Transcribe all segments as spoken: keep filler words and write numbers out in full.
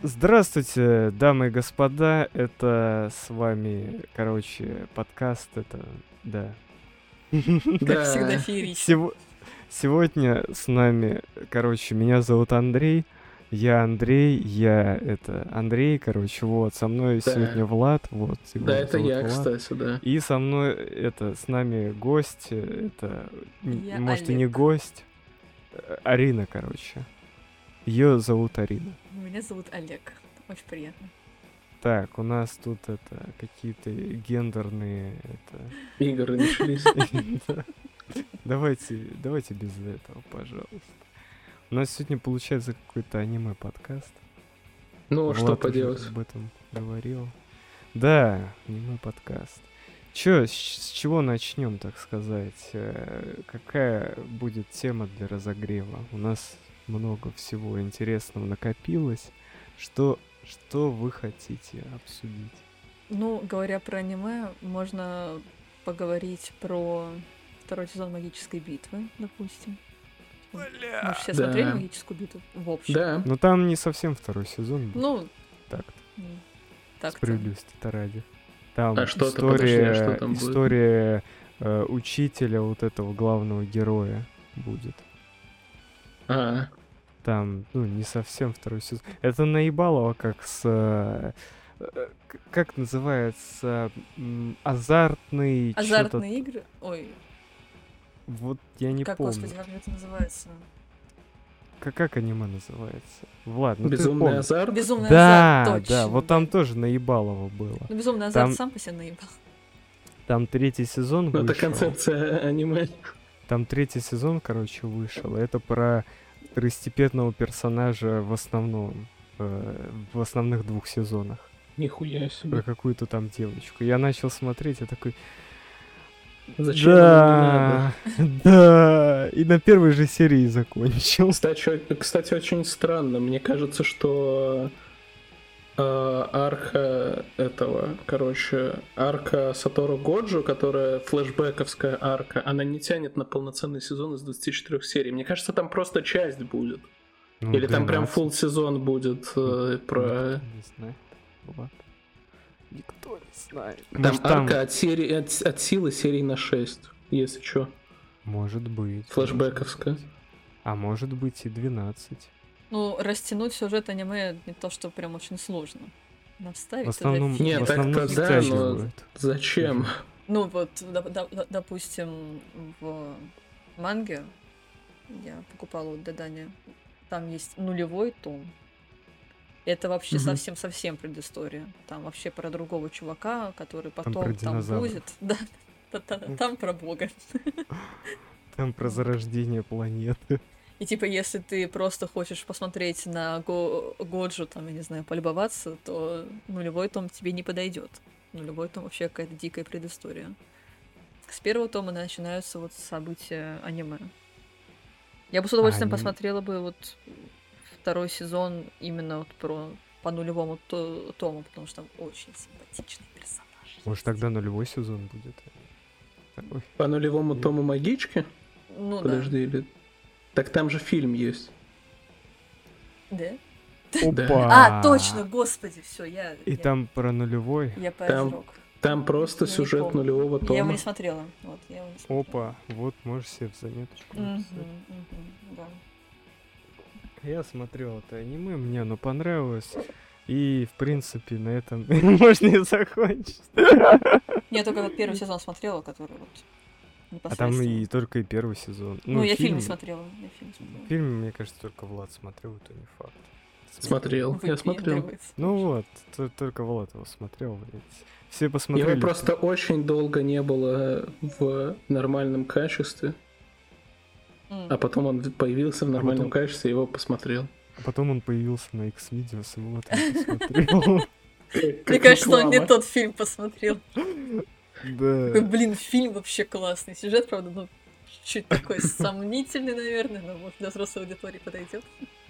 Здравствуйте, дамы и господа, это с вами, короче, подкаст, это, да. Как всегда, Да. феерично. Сего- Сегодня с нами, короче, меня зовут Андрей, я Андрей, я, это, Андрей, короче, вот, со мной Да. сегодня Влад, вот, его Да, это зовут я, Влад. кстати, да. И со мной, это, с нами гость, э, это, н- Я может и не Олег. гость, э, Арина, короче. Ее зовут Арина. Меня зовут Олег. Очень приятно. Так, у нас тут это какие-то гендерные это. Игры начались. Да. Давайте, давайте без этого, пожалуйста. У нас сегодня получается какой-то аниме-подкаст. Ну, что Влад уже поделать. об этом говорил. Да, аниме-подкаст. Чё, с, с чего начнем, так сказать? Э, Какая будет тема для разогрева? У нас много всего интересного накопилось. Что, что вы хотите обсудить? Ну, говоря про аниме, можно поговорить про второй сезон «Магической битвы», допустим. Мы же все Да. смотрели «Магическую битву» в общем. Да. Ну там не совсем второй сезон был. Ну, Так-то, м, так-то. справедливости-то ради. Там А что-то, история, подожди, а что там будет? история э, учителя вот этого главного героя будет. А, Там, ну, не совсем второй сезон. Это наебалово, как с... э, э, к- как называется? М, азартный... чё-то- Азартные игры. Ой, Вот я не как, помню. господи, как же это называется? Как, как аниме называется? Влад, ну ты безумный помнишь. азарт. Безумный Да, азарт, точно. да, вот там тоже наебалово было. Ну, безумный азарт там- сам по себе наебал. Там третий сезон Ну, это вышел. концепция аниме. Там третий сезон, короче, вышел. Это про второстепенного персонажа в основном, э, в основных двух сезонах. Нихуя Про себе. какую-то там девочку. Я начал смотреть, я такой, Зачем оно да, не надо? да, и на первой же серии закончил. Кстати, о- кстати, очень странно. Мне кажется, что э, арка этого, короче, арка Сатору Годжо, которая флешбековская арка, она не тянет на полноценный сезон из двадцати четырёх серий. Мне кажется, там просто часть будет. Ну, Или там прям двенадцать. full сезон будет э, про... Никто не знает. Влад. Никто не знает. Там Может, арка от, серии, от, от силы серии на шесть, если что. Может быть. Флэшбэковская. может быть. А может быть и двенадцать. Ну, растянуть сюжет аниме не то, что прям очень сложно. Нам вставить В туда основном, фильм. Нет, в основном так-то да, но- стягивают. Зачем? Ну вот, доп- доп- допустим, в манге я покупала у Дадани, там есть нулевой том. Это вообще Мгм. совсем-совсем предыстория. Там вообще про другого чувака, который про потом там, динозавров. будет. Да, та- та- там про бога. Там про зарождение планеты. И типа, если ты просто хочешь посмотреть на Го- Годжу, там, я не знаю, полюбоваться, то нулевой том тебе не подойдет. Нулевой том вообще какая-то дикая предыстория. С первого тома начинаются вот события аниме. Я бы с удовольствием Аним- посмотрела бы вот второй сезон именно вот про по нулевому то- тому, потому что там очень симпатичный персонаж. Может, тогда нулевой сезон будет? Такой. По нулевому тому магички? Ну Подожди, или... Так там же фильм есть. да. Да? Опа! А, точно, господи, все, я... И я, там про нулевой. я Там поизрок. Там просто Я не сюжет помню. нулевого Я его тома. не смотрела. Вот, я его не смотрела. Опа, вот можешь себе в заметочку Мгм, написать. мгм, да. Я смотрел это аниме, мне оно понравилось. И, в принципе, на этом можно и закончить. Я только вот первый сезон смотрела, который вот А непосредственно. там и только и первый сезон. Ну, я фильм не смотрела. Я фильм смотрела. Фильм, мне кажется, только Влад смотрел, это не факт. Смотрел, я смотрел. Выпендривается. Ну вот, т- только Влад его смотрел, блядь. Все Его посмотрели. просто очень долго не было в нормальном качестве, М. а потом он появился в нормальном потом- качестве, его посмотрел. А потом он появился на X-Videos, и вот я посмотрел. Мне кажется, он не тот фильм посмотрел. Такой, Да. блин, фильм вообще классный. Сюжет, правда, ну, чуть такой сомнительный, наверное, но может для взрослой аудитории подойдет.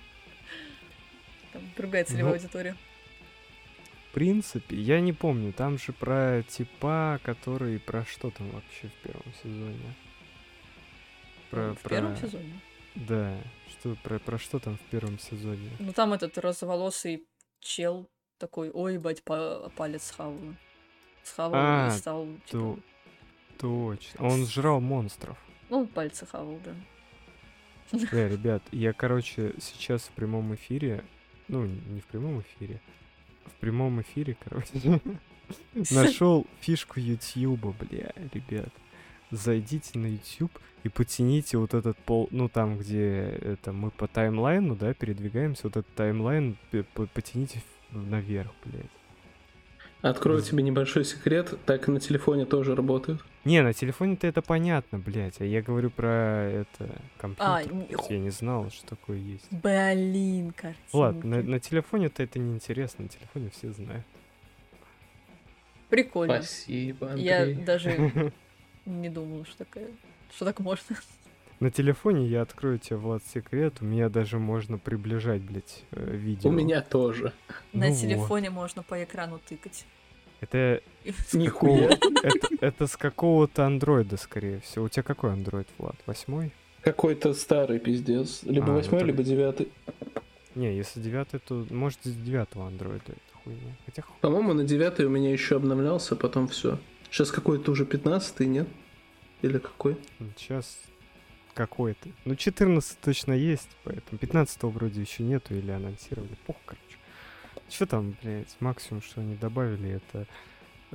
Там другая целевая Ну, аудитория. В принципе, я не помню, там же про типа, который про что там вообще в первом сезоне? Про, В про... первом сезоне. Да, что про, про что там в первом сезоне? Ну там этот розоволосый чел такой, ой, бать, па- палец схавал. Схавал А, и стал, типа, то- Точно. Он жрал монстров. ну, пальцы хавал, да. Бля, ребят, я, короче, сейчас в прямом эфире, ну, не в прямом эфире, в прямом эфире, короче, нашел фишку Ютьюба, бля, ребят. Зайдите на YouTube и потяните вот этот пол, ну, там, где это мы по таймлайну, да, передвигаемся, вот этот таймлайн п- п- потяните в- наверх, блядь. Открою тебе небольшой секрет, так и на телефоне тоже работает. Не, на телефоне-то это понятно, блядь, а я говорю про это компьютер. А, То не- есть я не знал, что такое есть. Блин, картинки. Ладно, на, на телефоне-то это не интересно, на телефоне все знают. Прикольно. Спасибо, Я Андрей. даже не думала, что такое, что так можно. На телефоне я открою тебе, Влад, секрет, у меня даже можно приближать, блядь, э, видео. У меня тоже. На Ну телефоне можно по экрану тыкать. Это, И- с Нихуя. какого- это, это с какого-то андроида, скорее всего. У тебя какой андроид, Влад? Восьмой? Какой-то старый пиздец. Либо А, ну восьмой, так- либо девятый. Не, если девятый, то может с девятого андроида это хуйня. Хотя ху- По-моему, на девятый у меня еще обновлялся, потом все. Сейчас какой-то уже пятнадцатый, нет? Или какой? сейчас какой-то. Ну, четырнадцать точно есть, поэтому пятнадцатого вроде еще нету или анонсировали. Пух, короче. Что там, блядь, максимум, что они добавили, это э,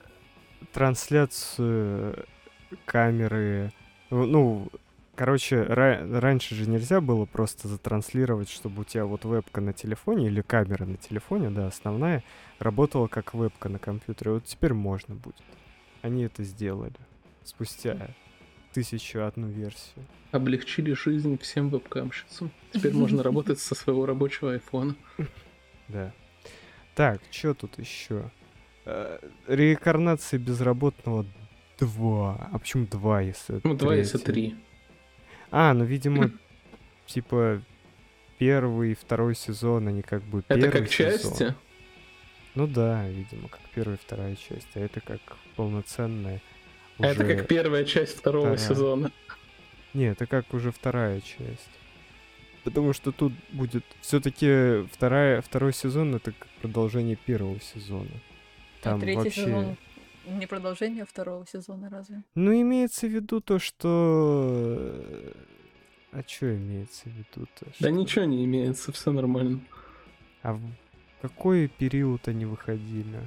трансляцию камеры. Ну, ну, короче, ра- раньше же нельзя было просто затранслировать, чтобы у тебя вот вебка на телефоне или камера на телефоне, да, основная, работала как вебка на компьютере. Вот теперь можно будет. Они это сделали спустя тысячу одну версию. Облегчили жизнь всем вебкамщицам. Теперь можно работать со своего рабочего айфона. Да. Так, что тут еще? Реинкарнация безработного два. А почему два, если Ну, два, если третий? три. А, ну, видимо, типа первый и второй сезон, они как бы Это первый как сезон. части? Ну да, видимо, как первая и вторая часть. А это как полноценная. А это уже- как первая часть второго вторая. сезона. Не, это как уже вторая часть. Потому что тут будет все-таки вторая, второй сезон это как продолжение первого сезона. Там а третий вообще. сезон не продолжение второго сезона, разве? Ну, имеется в виду то, что. А что имеется в виду-то? Да Что- ничего не имеется, все нормально. А в какой период они выходили?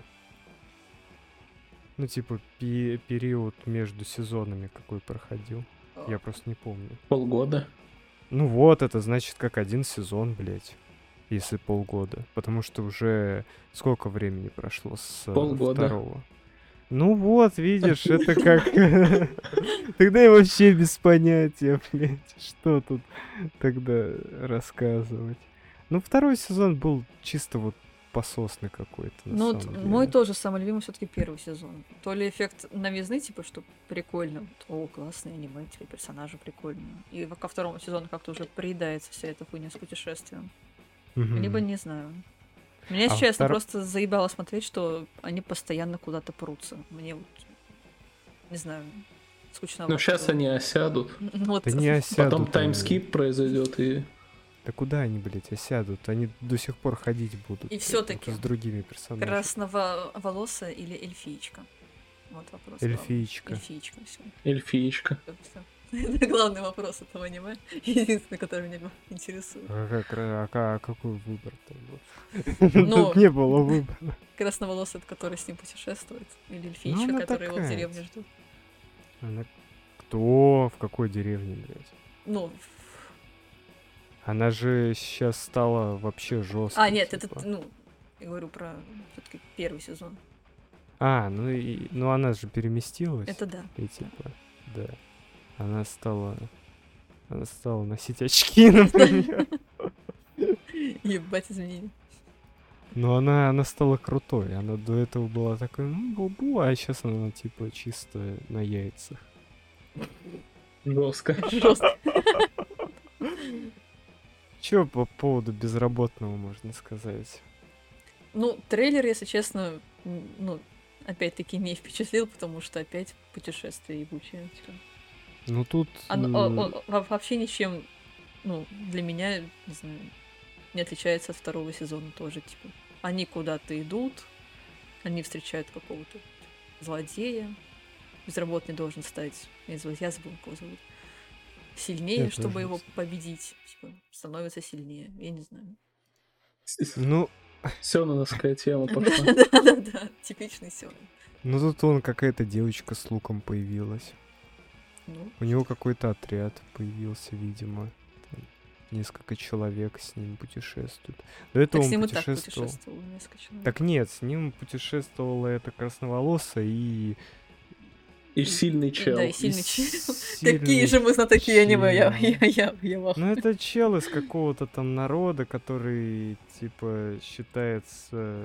Ну, типа, пе- период между сезонами какой проходил? Я просто не помню. Полгода. Ну вот, это значит как один сезон, блядь. Если полгода. Потому что уже сколько времени прошло с э, Полгода. второго? Ну вот, видишь, это как... Тогда я вообще без понятия, блядь. Что тут тогда рассказывать? Ну, второй сезон был чисто вот пососный какой-то, на Ну, вот самом деле. мой тоже самый любимый все-таки первый сезон. То ли эффект новизны, типа, что прикольно, вот, о, классный аниме, типа, персонажи прикольные. И ко второму сезону как-то уже приедается вся эта хуйня с путешествием. Мгм. Либо не знаю. Меня, если А честно, втор- просто заебало смотреть, что они постоянно куда-то прутся. Мне вот, не знаю, скучно. Ну, сейчас они осядут. Вот. Да не осядут Потом они. таймскип произойдет и... Да куда они, блядь, осядут? Они до сих пор ходить будут. И блядь, всё-таки только с другими персонажами. Красноволосая или эльфийка? Вот вопрос. главный. Эльфиечка. Эльфийка, все. Эльфиечка. Это главный вопрос этого аниме. Единственный, который меня интересует. А, как, а, ка- а какой выбор-то был? Ну, Тут не было выбора. Красноволосый, который с ним путешествует. Или Ну, эльфийка, она которая его в такая. деревне ждут. Она... Кто? В какой деревне, блядь? Ну, Она же сейчас стала вообще жесткой. а, нет, это, типа. ну, я говорю про все-таки первый сезон. А, ну и ну она же переместилась. Это да. И типа, да. Она стала. Она стала носить очки, например. Ебать, изменили. Но она, она стала крутой. Она до этого была такой, ну, бубу, а сейчас она типа чисто на яйцах. Жестко. Жестко. Чё по поводу безработного можно сказать? Ну, трейлер, если честно, м, ну, опять-таки не впечатлил, потому что опять путешествие ебучее. всё. Ну тут... Оно- о- м, о- во- вообще ничем, ну, для меня, не знаю, не отличается от второго сезона тоже, типа. они куда-то идут, они встречают какого-то злодея. Безработный должен стать, я забыл, я забыл, кого зовут, сильнее, Я чтобы тоже его забыл. победить. Типа, становится сильнее, я не знаю. Ну, Сёнэновская тема пошла. Да-да-да, типичный сёнэн. ну тут он какая-то девочка с луком появилась. Ну, У него какой-то отряд появился, видимо. Там несколько человек с ним путешествуют. До этого так с он ним и так путешествовал. путешествовал несколько человек. Так нет, с ним путешествовала эта красноволосая и... И сильный чел. Да, и и сильный чел. сильный Какие же мы знатоки аниме, я, чел. я, я, я в Ну, это чел из какого-то там народа, который, типа, считается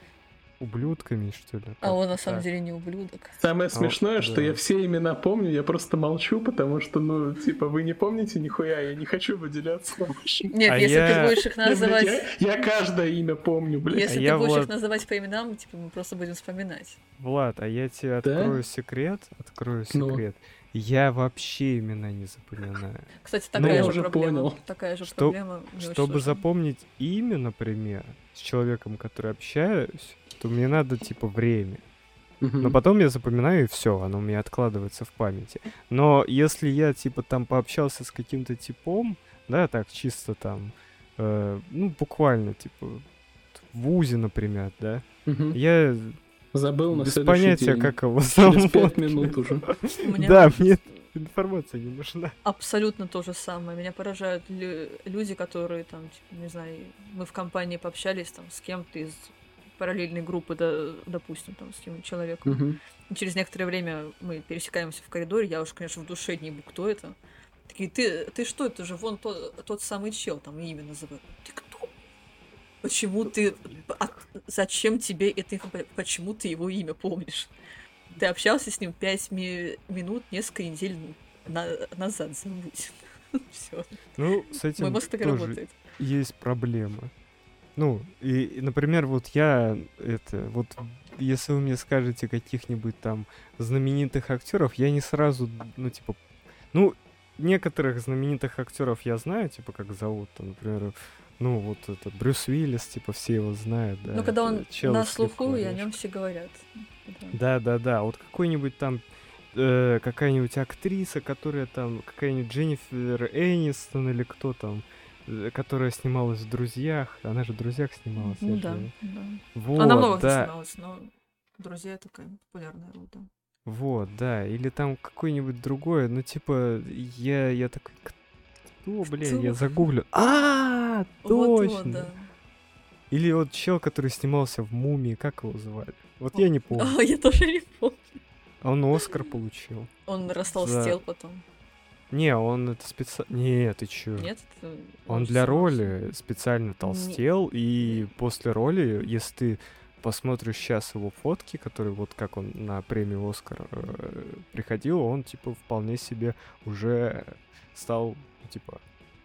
ублюдками, что ли. А он на как-то самом так. деле не ублюдок. Самое А, смешное, что да. я все имена помню, я просто молчу, потому что, ну, типа, вы не помните нихуя, я не хочу выделяться. Нет, А если я- ты будешь их Я, блядь, называть... я, я каждое имя помню, блядь. Если А ты я будешь вот- их называть по именам, типа, мы просто будем вспоминать. Влад, а я тебе Да? открою секрет, открою Ну. секрет. Я вообще имена не запоминаю. Кстати, Ну, такая я же уже проблема. понял. Такая же Что- проблема. мне очень Чтобы сложно. запомнить имя, например, с человеком, который общаюсь, то мне надо, типа, время. Мгм. Но потом я запоминаю, и все, оно у меня откладывается в памяти. Но если я, типа, там пообщался с каким-то типом, да, так, чисто там, э, ну, буквально, типа, в ВУЗе, например, да, Мгм. я Забыл на без следующий понятия, день. как его Через зовут. пять минут уже. У меня Да, вот мне информация не нужна. абсолютно то же самое. Меня поражают лю- люди, которые там, типа, не знаю, мы в компании пообщались там с кем-то из параллельной группы, да, допустим, там, с каким-то человеком. Мгм. И через некоторое время мы пересекаемся в коридоре, я уж, конечно, в душе не ебу, кто это. Такие, ты, ты что, это же вон тот, тот самый чел, там имя называют. Ты кто? Почему ты... а зачем тебе это информация? Почему ты его имя помнишь? Ты общался с ним пять ми- минут, несколько недель на- назад, забудь. Все. Ну, с этим Мой мозг так и тоже работает. есть проблема. Ну, и, и, например, вот я, это, вот, если вы мне скажете каких-нибудь там знаменитых актеров, я не сразу, ну, типа, ну, некоторых знаменитых актеров я знаю, типа, как зовут, там, например, ну, вот это, Брюс Уиллис, типа, все его знают, да. Ну, когда это он чел на из слуху, «Крепкого и о орешка». нем все говорят. Да. Да-да-да, вот какой-нибудь там, э, какая-нибудь актриса, которая там, какая-нибудь Дженнифер Энистон или кто там, э, которая снималась в «Друзьях», она же в «Друзьях» снималась, Ну я да, же- да. Вот, Она много где да, снималась, но «Друзья» такая популярная роль, да. вот, да, или там какое-нибудь другое, ну, типа, я, я такой, кто, бля, я Кто? загуглю, а, Вот-вот, точно, да. или вот чел, который снимался в «Мумии», как его звали? Вот я не помню, А, я тоже не помню. а он Оскар получил. Он растолстел потом. Не, он это специально... Не, ты чё? Нет? Это Он же для снимался. роли специально толстел, и после роли, если ты посмотришь сейчас его фотки, которые вот как он на премию Оскар э, приходил, он типа вполне себе уже стал, типа,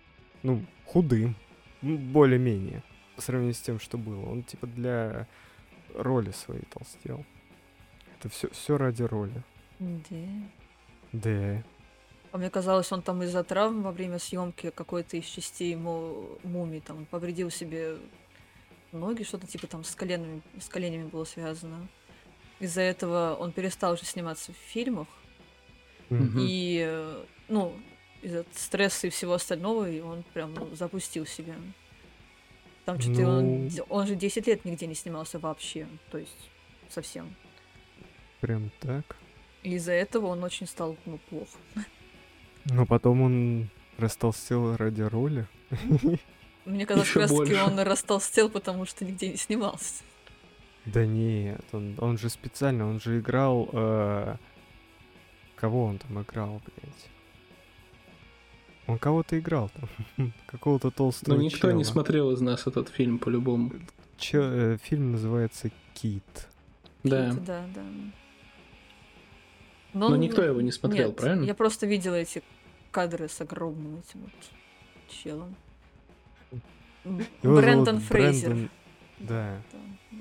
ну, худым, ну, более-менее, по сравнению с тем, что было. Он типа для роли своей толстел. Это все, все ради роли. Да. Да. А мне казалось, он там из-за травм во время съемки какой-то из частей му- мумии там повредил себе ноги, что-то типа там с коленами, с коленями было связано. Из-за этого он перестал уже сниматься в фильмах. Мгм. И, э, ну, из-за стресса и всего остального, и он прям ну, запустил себя. Там что-то Ну. он, д- он же десять лет нигде не снимался вообще, то есть совсем. Прям так. И из-за этого он очень стал, ну, плохо. Но потом он растолстел ради роли. Мне казалось, Ещё как раз таки больше. он растолстел, потому что нигде не снимался. Да нет, он, он же специально, он же играл... э, Кого он там играл, блядь? Он кого-то играл там. Какого-то толстого Но никто не чела. смотрел из нас этот фильм по-любому. Че- э, фильм называется «Кит». Да. Это да, да. Но он- никто его не смотрел, нет, правильно? Я просто видела эти кадры с огромным этим вот челом. М, Его Брэндон зовут Фрейзер. Брэндон- Да. Да, да.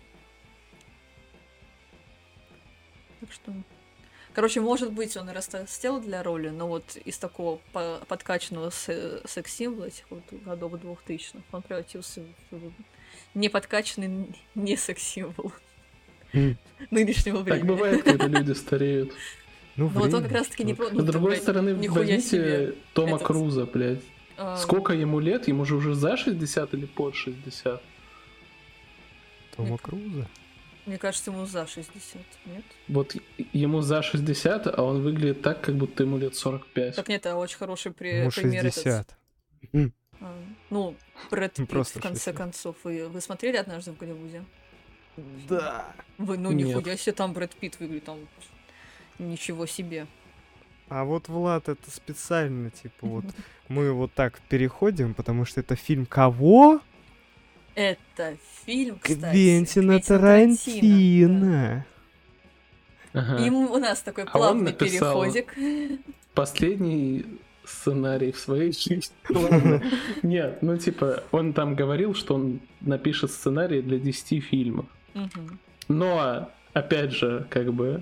Так что... Короче, может быть, он и растолстел для роли, но вот из такого по- подкачанного се- секс-символа этих вот годов двухтысячных он превратился в не подкачанный, не секс-символ М. нынешнего Так времени. бывает, когда люди стареют. Ну, Ну, вот он время, как раз-таки не чувак. про... Ну, С ты, другой блядь, стороны, нихуя себе. возьмите Тома Этот, Круза, блядь. а, Сколько ему лет? Ему же уже за шестьдесят или под шестьдесят? Тома мне- Круза? Мне кажется, ему за шестьдесят, нет? Вот ему за шестьдесят, а он выглядит так, как будто ему лет сорок пять. Так нет, это очень хороший при- Ему пример этот. шестьдесят. М. а, Ну, Брэд Ну, Питт, просто в конце шестьдесят. концов. Вы, вы смотрели «Однажды в Голливуде»? Да. Вы, ну, Нет. нихуя себе, там Брэд Питт выглядит, там ничего себе. А вот, Влад, это специально, типа, вот мы вот так переходим, потому что это фильм кого? Это фильм, кстати, Квентина Тарантино, Тарантино. да. Ага. И м- у нас такой А он плавный написал- переходик. Последний сценарий в своей жизни. Ладно. Нет, ну типа, он там говорил, что он напишет сценарий для десяти фильмов. Мгм. Но, опять же, как бы,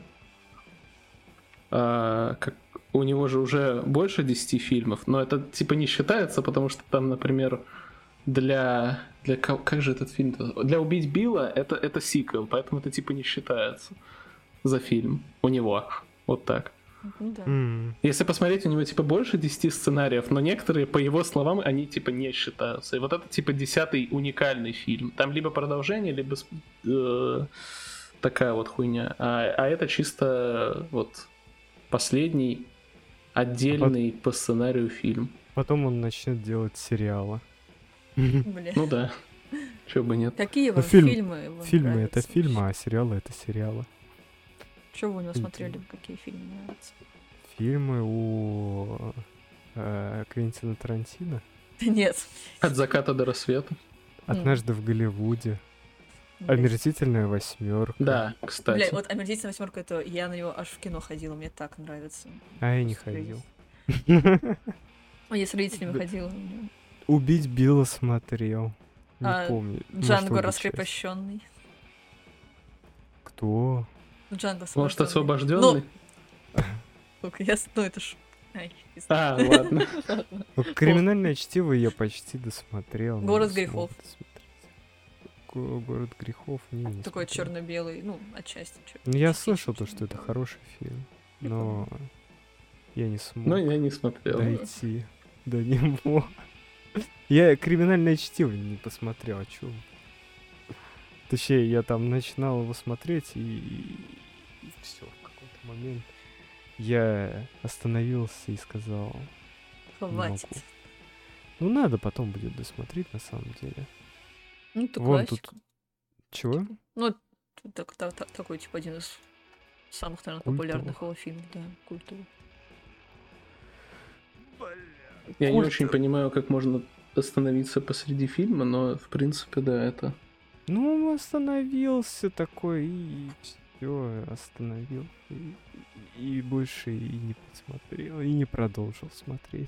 а, как, у него же уже больше десяти фильмов, но это типа не считается, потому что там, например, для... для ко- как же этот фильм? Для «Убить Билла» это, это сиквел, поэтому это типа не считается за фильм у него. Вот так. Ну да. М. Если посмотреть, у него типа больше десяти сценариев, но некоторые, по его словам, они типа не считаются. И вот это типа десятый уникальный фильм. Там либо продолжение, либо с- э, такая вот хуйня. А, а это чисто вот последний отдельный по сценарию фильм. Потом он начнет делать сериалы. Бля. Ну да, чё бы нет. Какие Ну, вам фильм- фильмы вам Фильмы это нравятся фильмы, а сериалы это сериалы. Что вы у него Фильм. смотрели? Какие фильмы нравятся? Фильмы у э, Квентина Тарантино. Да нет. От заката до рассвета. Однажды в Голливуде. Блядь. Омерзительная восьмерка. Да, кстати. Бля, вот «Омерзительная восьмерка» это я на него аж в кино ходила, мне так нравится. А я не Просто ходил. А я с родителями Да. ходила. мне. Убить Билла смотрел. Не А, помню. на что Джанго бы часть. раскрепощенный. Кто? Джанго Может, освобожденный. освобожденный? Сука, я... с- Ну, это ж... Ай, пизда. А, ладно. Ладно. Ну, Криминальное чтиво я почти досмотрел. но Город не грехов. смог досмотреть. Го- Город грехов не, не Такой смотрел. черно-белый, ну, отчасти чер- Ну, Я частично слышал то, что это чёрно-белый. хороший фильм, но я не смог Но я не смотрел. дойти до него. Я криминальное чтиво не посмотрел, о чем. Точнее, я там начинал его смотреть, и, все, в какой-то момент я остановился и сказал, Хватит. могу. ну надо потом будет досмотреть на самом деле. Ну, это Вон классика. тут- Чего? Ну, это так- так- так- такой, типа, один из самых, наверное, Культовых. популярных его фильмов, да, культовых. Я не Культ. очень понимаю, как можно остановиться посреди фильма, но в принципе, да, это. Ну, он остановился такой, и все, остановил. И, и больше и не посмотрел, и не продолжил смотреть.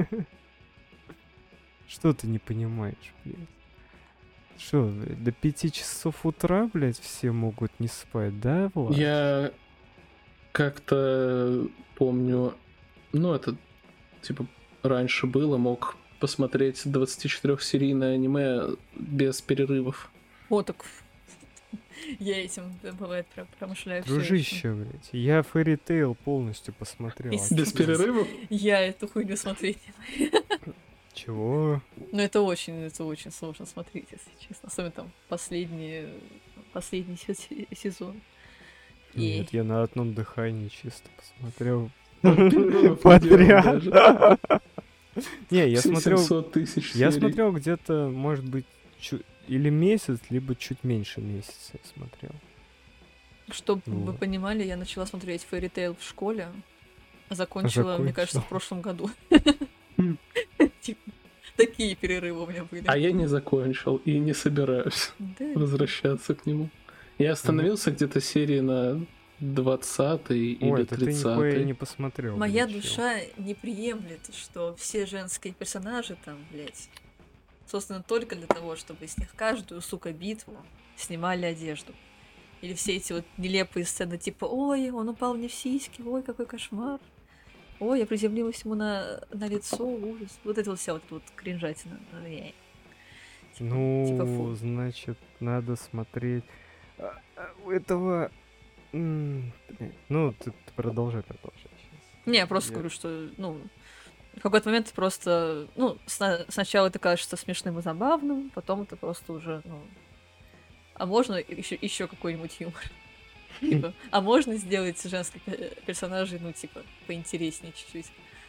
Что ты не понимаешь, блядь? Что, блядь, до пяти часов утра, блядь, все могут не спать, да, Влад? Я как-то помню, ну, это типа раньше было, мог посмотреть двадцатичетырёхсерийное аниме без перерывов. О, так я этим, да, бывает, прям промышляю всё ещё. Дружище, блядь, я Fairy Tail полностью посмотрел. Без- а Без чё- перерывов? Я эту хуйню смотреть не могу. Чего? Ну, это очень, это очень сложно смотреть, если честно. Особенно там последний, последний се- сезон. И- Нет, я на одном дыхании чисто посмотрел. Перерывов не Подряд. делал даже. Не, я Все смотрел, семьсот тысяч я серий. смотрел где-то, может быть, чу- или месяц, либо чуть меньше месяца я смотрел. Чтобы вы Вот. понимали, я начала смотреть Fairy Tail в школе, а закончила, мне кажется, в Закончила. прошлом году. М. Типа, такие перерывы у меня были. А я не закончил и не собираюсь Да. возвращаться к нему. Я остановился где-то серии на двадцатой Ой, или это ты нихуя тридцатой. не посмотрел. Моя блин, чел. душа не приемлет, что все женские персонажи там, блядь, созданы только для того, чтобы с них каждую, сука, битву снимали одежду. Или все эти вот нелепые сцены, типа, ой, он упал мне в сиськи, ой, какой кошмар. Ой, я приземлилась ему на, на лицо, ужас. Вот это вот вся вот, эта вот кринжатина. Эй. Ну, типа, фу. значит, надо смотреть. А, а, У этого... м, блин, Ну, ты, ты продолжай, продолжай сейчас. Не, я просто Я- говорю, что, ну, в какой-то момент ты просто, ну, сна- сначала это кажется смешным и забавным, потом это просто уже, ну, а можно еще, еще какой-нибудь юмор? Типа, а можно сделать женских э, персонажей, ну, типа, поинтереснее чуть-чуть?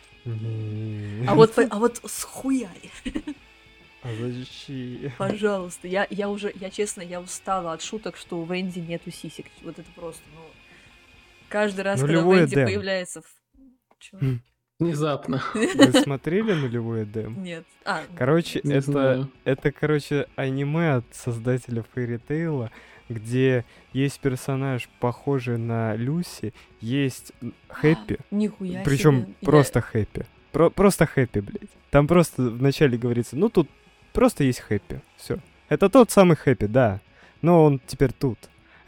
Не. А вот, по- а вот схуяли, А зачем? пожалуйста. Я, я уже, я честно, я устала от шуток, что у Венди нету сисек. Вот это просто, ну... Каждый раз, Нулевой когда Венди Эдем. появляется в... Чё? Внезапно. Вы смотрели нулевой Эдем? Нет. А, Короче, Не это, знаю. это, короче, аниме от создателя Fairy Tail, где есть персонаж, похожий на Люси, есть Хэппи, нихуя причем себе. просто Хэппи. Про- просто Хэппи, блядь. Там просто вначале говорится, ну тут просто есть Хэппи, все. Это тот самый Хэппи, да, но он теперь тут.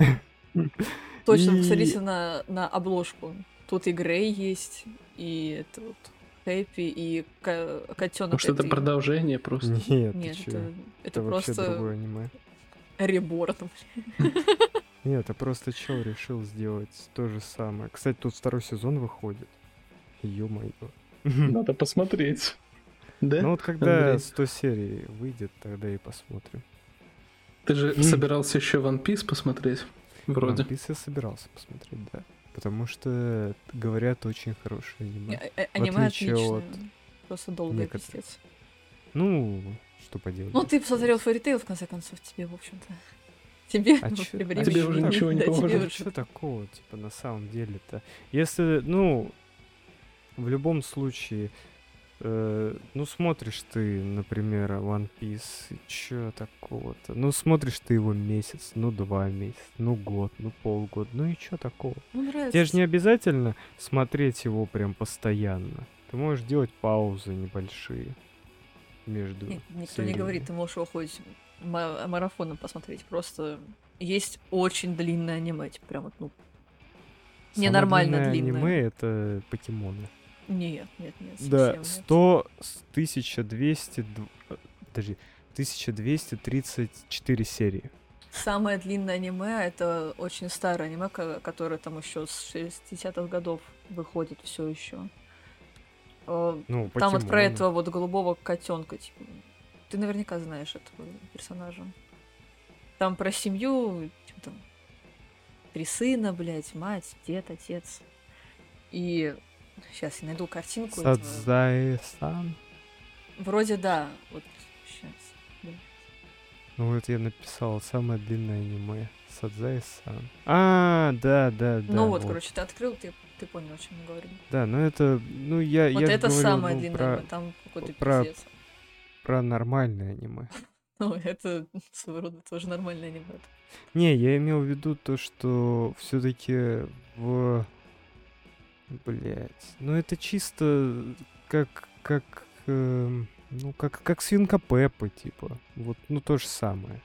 Точно, И- посмотрите на, на обложку. Тут и Грей есть, и это вот Хэппи, и котенок. Может, это продолжение просто? Нет, Нет, ты чё? это, это, Это вообще другое просто аниме. реборн. Нет, это просто чел решил сделать то же самое. Кстати, тут второй сезон выходит. Ё-моё. Надо посмотреть. Да? Ну вот когда Андрей? сто серий выйдет, тогда и посмотрим. Ты же собирался еще One Piece посмотреть? Вроде. One Piece я собирался посмотреть, да. Потому что, говорят, очень хорошее аниме. А- а- Аниме отличие отличное. от Просто долгое, некоторых. пиздец. Ну, что поделать. Ну, ты посмотрел Fairy Tail, в конце концов, тебе, в общем-то. Тебе, А ну, чё- при а времени, тебе уже да, ничего не да, тебе поможет. уже. Что такого, типа, на самом деле-то? Если, ну, в любом случае, э, ну, смотришь ты, например, One Piece, чё такого-то? Ну, смотришь ты его месяц, ну, два месяца, ну, год, ну, полгода, ну и чё такого? Ну, нравится. Тебе же не обязательно смотреть его прям постоянно. Ты можешь делать паузы небольшие между Нет, никто не сериями. говорит, ты можешь его хоть ма- марафоном посмотреть. Просто есть очень длинное аниме, типа прям вот, ну, Самое ненормально длинное длинное. аниме — это покемоны. нет, нет, нет, Да, совсем нет. сто, с- тысяча двести, дв- э, подожди, тысяча двести тридцать четыре серии. Самое длинное аниме это очень старое аниме, ко- которое там еще с шестидесятых годов выходит все еще. Ну, Там вот про покемоны. этого вот голубого котенка, типа. Ты наверняка знаешь этого персонажа. Там про семью, типа там три сына, блядь, мать, дед, отец. И сейчас я найду картинку. этого. Садзаe-сан. Вроде да. Вот сейчас. Ну вот я написал самое длинное аниме. Садзаe-сан. А, да, да, да. ну вот, короче, ты открыл, ты, ты понял, о чем я говорю. Да, ну это, ну я, Вот я ж это говорю, самое ну, длинное про, аниме, там какой-то про- пиздец. про нормальное аниме. Ну, это своего рода тоже нормальное аниме. Не, я имел в виду то, что все-таки в... Блять, ну это чисто как, как, эм, ну как, как свинка Пеппа, типа. Вот, ну то же самое.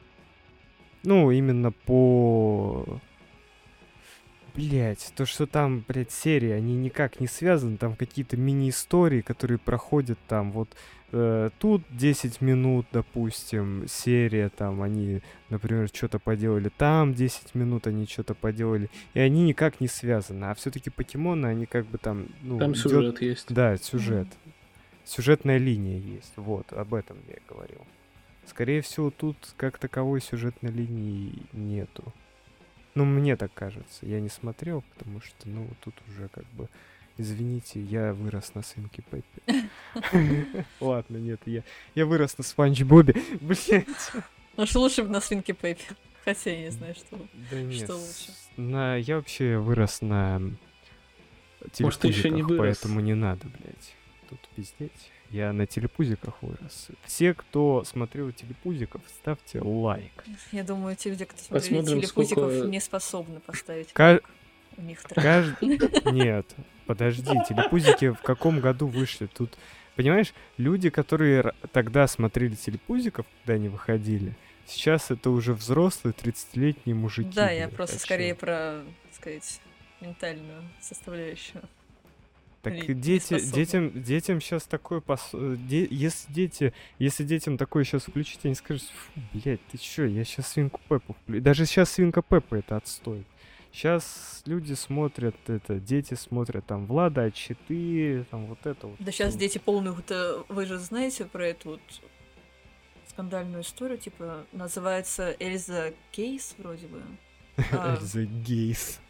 Ну, именно по... Блять, то, что там, блядь, серии, они никак не связаны, там какие-то мини-истории, которые проходят там, вот э, тут десять минут, допустим, серия, там, они, например, что-то поделали, там десять минут они что-то поделали, и они никак не связаны, а все-таки покемоны, они как бы там, ну, Там идёт- сюжет есть. Да, сюжет. Сюжетная линия есть, вот, об этом я и говорил. Скорее всего, тут как таковой сюжетной линии нету. Ну, мне так кажется. Я не смотрел, потому что, ну, тут уже как бы... Извините, я вырос на свинке Пеппи. Ладно, нет, я, я вырос на Спанч Бобе. Блять. Ну что лучше бы на свинке Пеппи. Хотя я не знаю, что. Да нет. Что лучше? На... Я вообще вырос на Может, ты ещё не телепузиках, вырос? поэтому не надо, блядь, тут пиздеть. Я на телепузиках вырос. Все, кто смотрел телепузиков, ставьте лайк. Я думаю, те люди, кто смотрели Посмотрим, телепузиков, сколько- не способны поставить Ка- лайк. У них трэш. Кажд- Нет, подожди, телепузики в каком году вышли? Тут, понимаешь, люди, которые р- тогда смотрели телепузиков, когда они выходили, сейчас это уже взрослые тридцатилетние мужики. Да, я блядь, просто так скорее что- про, так сказать, ментальную составляющую. Так Они и не дети, способны. детям, детям сейчас такое пос... э, де- если дети, если детям такое сейчас включить, они скажут, фу, блядь, ты чё, я сейчас свинку Пеппу включу. Даже сейчас свинка Пеппа это отстой. Сейчас люди смотрят это, дети смотрят там Влада а четыре, там вот это вот. Да сейчас всё. дети полные, вот, э, вы же знаете про эту вот скандальную историю, типа, называется Эльза Кейс вроде бы. А, Эльза Гейс.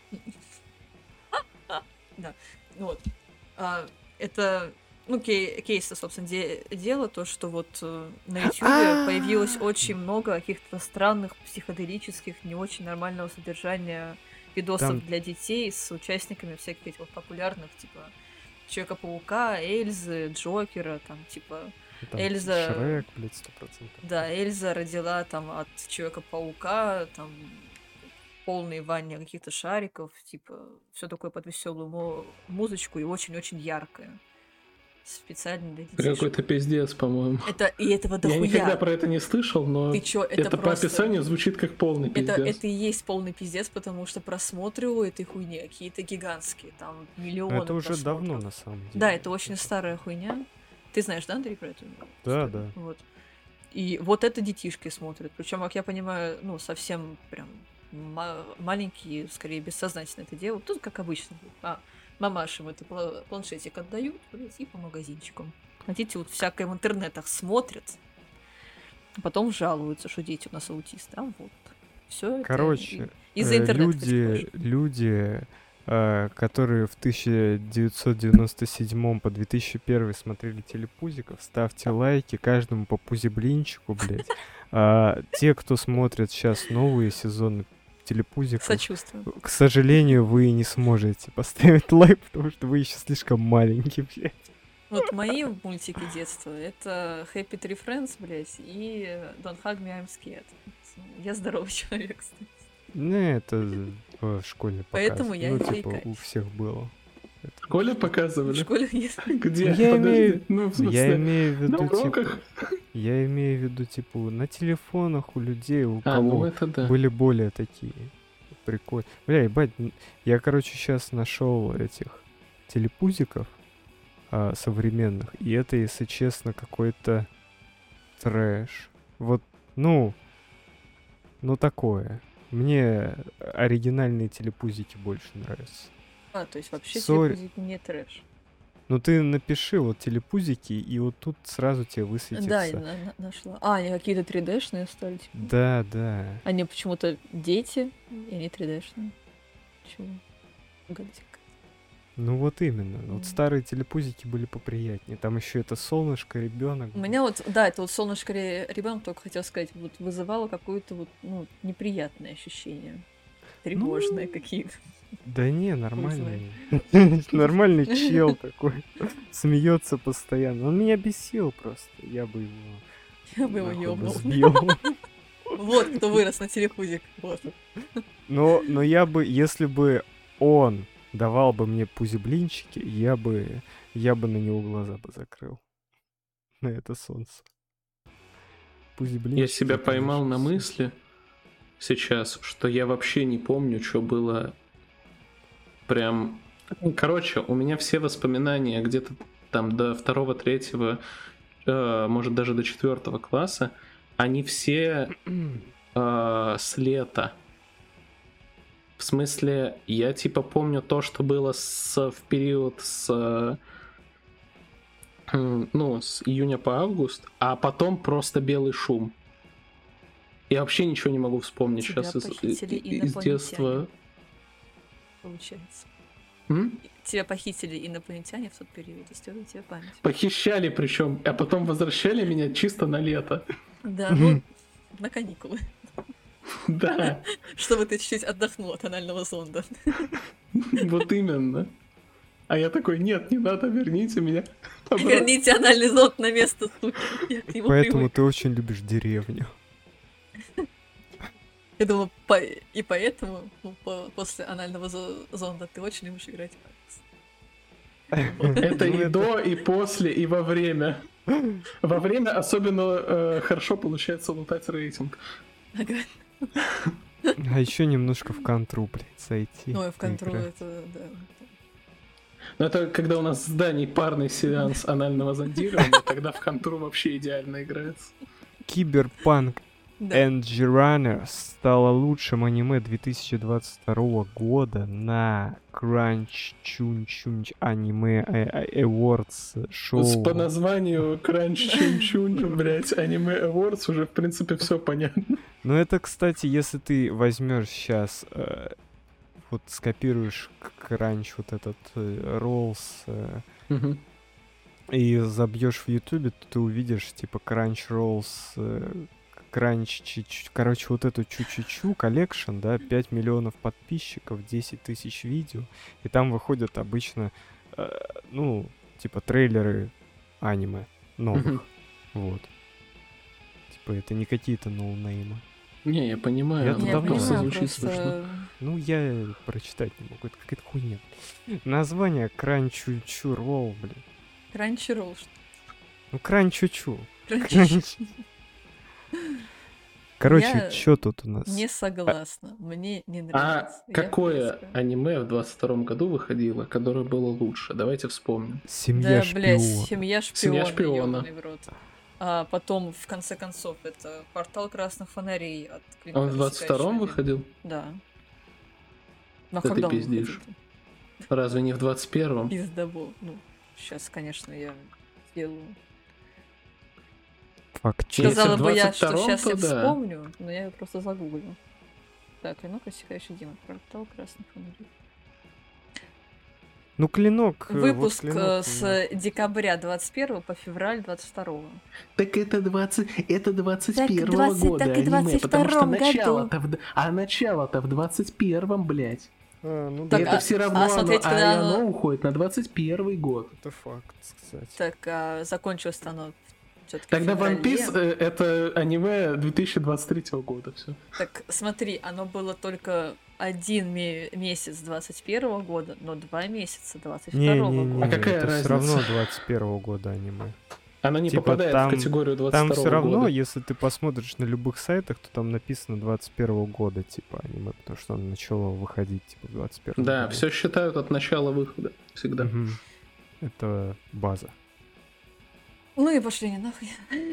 Вот. А, это, ну, кей- кейс, собственно, де- дело, то, что вот э, на Ютубе появилось очень много каких-то странных психоделических, не очень нормального содержания видосов Там- для детей с участниками всяких этих вот популярных, типа, Человека-паука, Эльзы, Джокера, там, типа, Там Эльза- Шрек, блядь, сто процентов. да, Эльза родила там от Человека-паука, там полные ванны каких-то шариков, типа, все такое под веселую му- музычку и очень-очень яркое. Специально для детей. Какой-то пиздец, по-моему. Это, и этого Я никогда дохуя. про это не слышал, но Ты чё, это, это по просто... описанию звучит как полный Это, пиздец. это и есть полный пиздец, потому что просмотры у этой хуйни какие-то гигантские, там миллионы Но это уже просмотров. давно, на самом деле. Да, это очень старая хуйня. Ты знаешь, да, Андрей, про эту Да, историю? да. Вот. И вот это детишки смотрят. Причем, как я понимаю, ну, совсем прям ма- маленькие, скорее, бессознательно это делают. Тут, как обычно. А, мамашам это пла- планшетик отдают, блядь, и по магазинчикам. Хотите, вот всякое в интернетах смотрят, а потом жалуются, что дети у нас аутисты. А вот. Все Короче, из-за э, интернета. кстати, люди, тоже. люди, э, которые в тысяча девятьсот девяносто седьмом по две тысячи первый смотрели телепузиков, ставьте лайки каждому по пузи-блинчику, блядь. А те, кто смотрит сейчас новые сезоны телепузиков, Сочувствую. к сожалению, вы не сможете поставить лайк, потому что вы еще слишком маленький, блядь. Вот мои мультики детства — это Happy Tree Friends, блядь, и Don't Hug Me, I'm Scared. Я здоровый человек, кстати. Ну, это в школе Поэтому показывали. я Ну, и типа, заикаюсь. у всех было. В школе В показывали? школе есть. Где? Ну, я Подожди. имею- Ну, в Я смысле, имею в на виду, типа, уроках? я имею в виду, типа, на телефонах у людей, у А, ну кого это да. были более такие прикольные. Бля, ебать, н- я, короче, сейчас нашел этих телепузиков а, современных, и это, если честно, какой-то трэш. Вот, ну, ну такое. Мне оригинальные телепузики больше нравятся. А, то есть вообще Sorry. телепузики не трэш. Ну ты напиши вот телепузики, и вот тут сразу тебе высветится. Да, я на- на- нашла. А, они какие-то три дэ-шные стали, типа. Да, да. Они почему-то дети, и они три дэ-шные. Чего? Гадик. Ну вот именно. Вот Мгм. старые телепузики были поприятнее. Там еще это солнышко, ребенок. У меня вот, да, это вот солнышко ребенок, только хотел сказать, вот вызывало какое-то вот, ну, неприятное ощущение. Тревожные Ну, какие-то. Да не, нормальный. Нормальный чел такой. Смеется постоянно. Он меня бесил просто. Я бы его Я бы его нахуй бы ёбнул. сбил. Вот кто вырос на телепузик. Вот. Но, но я бы, если бы он давал бы мне пузи-блинчики, я бы, я бы на него глаза бы закрыл. На это солнце. Пузи-блинчики. Я себя это поймал на наше всё. мысли сейчас, что я вообще не помню, что было прям... Короче, у меня все воспоминания где-то там до второго, третьего, э, может даже до четвертого класса, они все э, с лета. В смысле, я типа помню то, что было с, в период с, э, ну, с июня по август, а потом просто белый шум. Я вообще ничего не могу вспомнить Тебя сейчас из, похитили из- из детства. Получается. М? Тебя похитили инопланетяне в тот период, и стерли тебе память. Похищали причем, а потом возвращали меня чисто на лето. Да, ну, на каникулы. Да, Чтобы ты чуть-чуть отдохнул от анального зонда. вот именно. А я такой, нет, не надо, верните меня. обратно». Верните анальный зонд на место, суки. Я к нему Поэтому привык. ты очень любишь деревню. Я думаю, по- и поэтому ну, по- после анального зо- зонда ты очень любишь играть в Apex. Вот. Это Ну, и это- до, и после, и во время. Во время особенно э, хорошо получается лутать рейтинг. Ага. А еще немножко в контру, блядь, зайти. Ну, и в контроль поиграть. это, да. Но это когда у нас в здании парный сеанс анального зондирования, тогда в Хантуру вообще идеально играется. Киберпанк Да. Энджи Раннер стало лучшим аниме две тысячи двадцать второго года на Crunch Chunch Anime Awards С- шоу. По названию Кранч Чун Чун, блять, аниме Awards уже в принципе все понятно. Ну это, кстати, если ты возьмешь сейчас, вот скопируешь Crunch вот этот Rolls Мгм. и забьешь в Ютубе, то ты увидишь типа Crunch Rolls, Crunch, Чич- короче, вот эту Чу-Чу-Чу коллекшн, да, пять миллионов подписчиков, десять тысяч видео, и там выходят обычно, э, ну, типа трейлеры аниме новых, Мгм. вот. Типа это не какие-то ноунеймы. Не, я понимаю, Я это тут Я давно просто понимаю, звучит смешно. просто... Ну, я прочитать не могу, это какая-то хуйня. Название Crunch-Чу Roll, блин. Crunchyroll. что- Ну, Crunch-Чу. Crunchy- Короче, Я что тут у нас? Не согласна. Мне не А нравится. Я какое близко. аниме в двадцать втором году выходило, которое было лучше? Давайте вспомним. Семья Да, блядь, шпиона. семья шпиона. Семья шпиона. ёбаный в рот. А потом, в конце концов, это портал красных фонарей от А Клинка он в двадцать втором Рассекающего выходил? Демона. Да. Ну, а Да ты когда он пиздишь. выходил? Разве не в двадцать первом? Пиздобол. Ну, сейчас, конечно, я сделаю. Факт. Если в Сказала бы я, что двадцать втором, сейчас я то да. вспомню, но я просто загуглю. Так, Клинок Рассекающий Демон. Портал красных фонарей. Ну, клинок. э, вот Выпуск клинок, э, ну, с декабря двадцать первого по февраль двадцать второго. Так это двадцать, это двадцать Так первого двадцать года так и аниме, двадцать потому что втором году. начало-то в, д- а начало-то в двадцать первом, блядь. а, ну И да, Так, это а- все равно, а оно, смотреть, а когда и оно оно- уходит на двадцать первый год. это факт, кстати. Так, а закончилось-то оно все-таки Тогда One Piece э, это аниме две тысячи двадцать третьего года, все. Так, смотри, оно было только один ме- месяц двадцать первого года, но два месяца двадцать второго Не-не-не, года. А какая это разница? все равно двадцать первого года аниме. Она не Типа попадает там- в категорию двадцать Там второго все равно, года. если ты посмотришь на любых сайтах, то там написано двадцать первого года, типа, аниме, потому что оно начало выходить, типа, в двадцать первом Да, году. все считают от начала выхода всегда. Мгм. Это база. Ну и пошли не нахуй.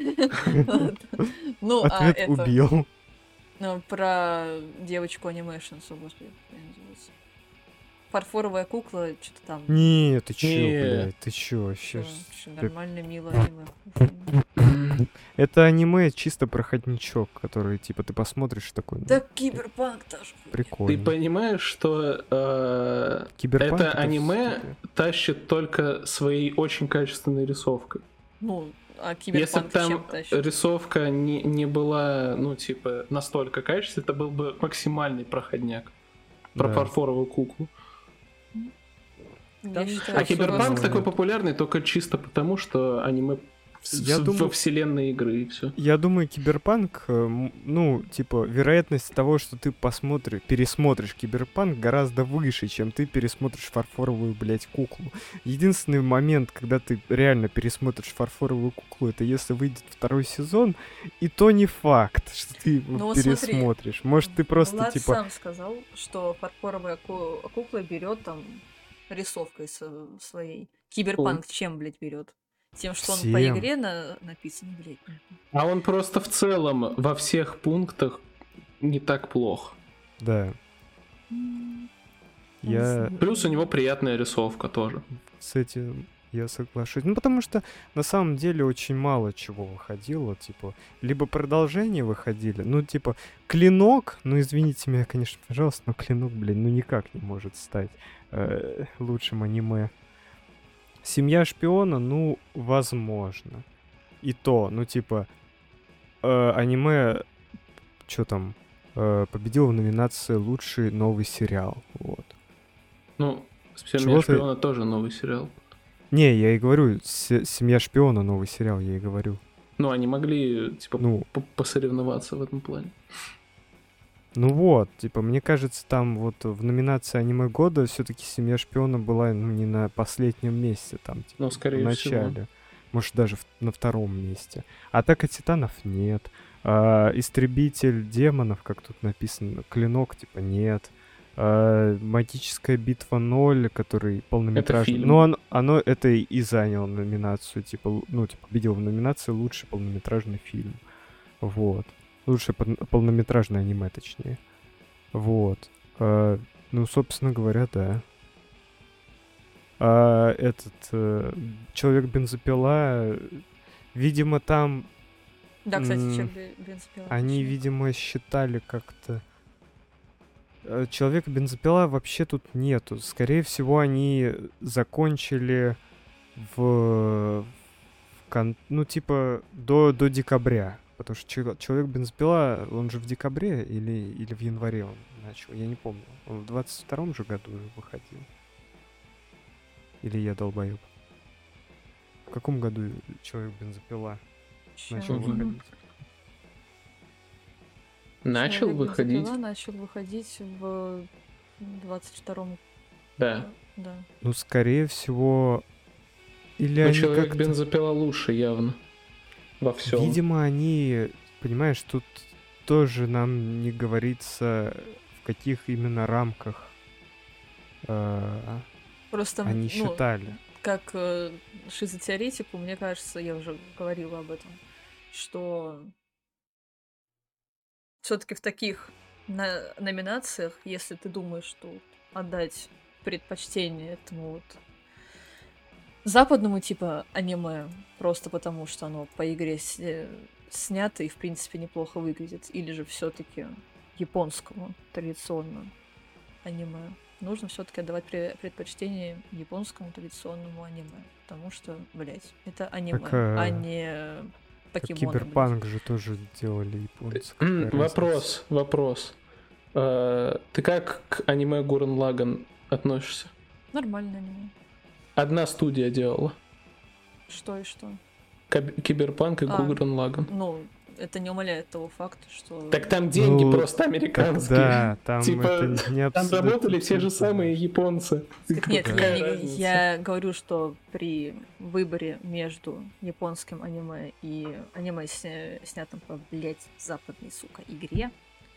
Ну, а Ответ это... убил. Ну, про девочку анимейшн, господи, как она называется? Фарфоровая кукла, что-то там. Не, ты чё, Не. блядь, ты чё, вообще? Всё, ж- всё ты- нормально, мило, аниме. Это аниме чисто проходничок, который, типа, ты посмотришь такой, ну, Да киберпанк тоже. Ты прикольно. понимаешь, что э, Киберпанк это аниме всё-таки- тащит только своей очень качественной рисовкой. Ну, а Если киберпанк бы там чем тащит? рисовка не, не была, ну, типа, настолько качественной, это был бы максимальный проходняк. Про Да. фарфоровую куклу. Я там считаю, А Всё Киберпанк равно такой нет. популярный только чисто потому, что аниме в- Я в- думаю- во вселенной игры и все. Я думаю, Киберпанк, э, м, ну, типа, вероятность того, что ты посмотришь, пересмотришь Киберпанк гораздо выше, чем ты пересмотришь фарфоровую, блядь, куклу. Единственный момент, когда ты реально пересмотришь фарфоровую куклу, это если выйдет второй сезон, и то не факт, что ты его Ну вот смотри, пересмотришь. Может, ты просто, Влад типа, сам сказал, что фарфоровая ку- кукла берет там рисовкой со- своей. Киберпанк чем, блядь, берет? Тем, что он по Всем. игре на- написан, блядь. А он просто в целом во всех пунктах не так плох. да, М, я Плюс у него приятная рисовка тоже. с этим я соглашусь. Ну, потому что на самом деле очень мало чего выходило. Типа, либо продолжения выходили. Ну, типа, Клинок, ну, извините меня, конечно, пожалуйста, но Клинок, блин, ну никак не может стать э, лучшим аниме. Семья шпиона, ну, возможно. И то, ну, типа, э, аниме, что там, э, победил в номинации «Лучший новый сериал». Вот. Ну, Чего «Семья ты- шпиона» тоже новый сериал. Не, я и говорю, «Се- «Семья шпиона» новый сериал, я и говорю. Ну, они могли, типа, Ну, п- посоревноваться в этом плане. ну вот, типа, мне кажется, там вот в номинации аниме года все-таки «Семья шпиона» была, ну, не на последнем месте, там, типа, Ну, в скорее всего. начале. Может, даже в- на втором месте. «Атака титанов» нет. А, «Истребитель демонов», как тут написано, «Клинок», типа, нет. А, «Магическая битва ноль», который полнометражный. фильм. Ну, оно, оно это и заняло номинацию, типа, лу- ну, типа, победил в номинации «Лучший полнометражный фильм». Вот. Лучшее пол- полнометражное аниме, точнее. Вот. А, ну, собственно говоря, да. А этот э, «Человек-бензопила», э, видимо, там Да, кстати, м, человек бензопила. они, точно. видимо, считали как-то... Э, Человека-бензопила вообще тут нету. Скорее всего, они закончили в, в кон- ну, типа, до, до декабря. Потому что Чел- Человек-бензопила, он же в декабре или, или в январе он начал, я не помню. Он в двадцать втором же году уже выходил. Или я долбоеб. В каком году Человек-бензопила начал Щас. Мгм. выходить? Начал Человек-бензопила выходить? начал выходить в двадцать втором. Да. Да. Ну, скорее всего... Или Но они человек как-то... бензопила лучше явно. Во всем. Видимо, они, понимаешь, тут тоже нам не говорится, в каких именно рамках э, Просто, они ну, считали. как э, шизотеоретику, мне кажется, я уже говорила об этом, что все-таки в таких на- номинациях, если ты думаешь, что отдать предпочтение этому вот западному типа аниме, просто потому что оно по игре с- э, снято и в принципе неплохо выглядит, или же все-таки японскому традиционному аниме, нужно все-таки отдавать пре- предпочтение японскому традиционному аниме, потому что, блять, это аниме, Так, э, а не Так покемоны, блядь. Киберпанк же тоже делали японцы. М, какая разница? Вопрос, вопрос. Э, Ты как к аниме Гуррен Лаганн относишься? Нормальное аниме. Одна студия делала. Что и что. Каб- Киберпанк и А. Гуррен Лаганн. Ну, это не умаляет того факта, что... Так там деньги Ну, просто Так американские. да, там Типа, это не Там абсолютно работали те же круто, самые да. японцы. Так нет, Какая я, не- разница? я говорю, что при выборе между японским аниме и аниме, сня- снятым по, блядь, западной, сука, игре,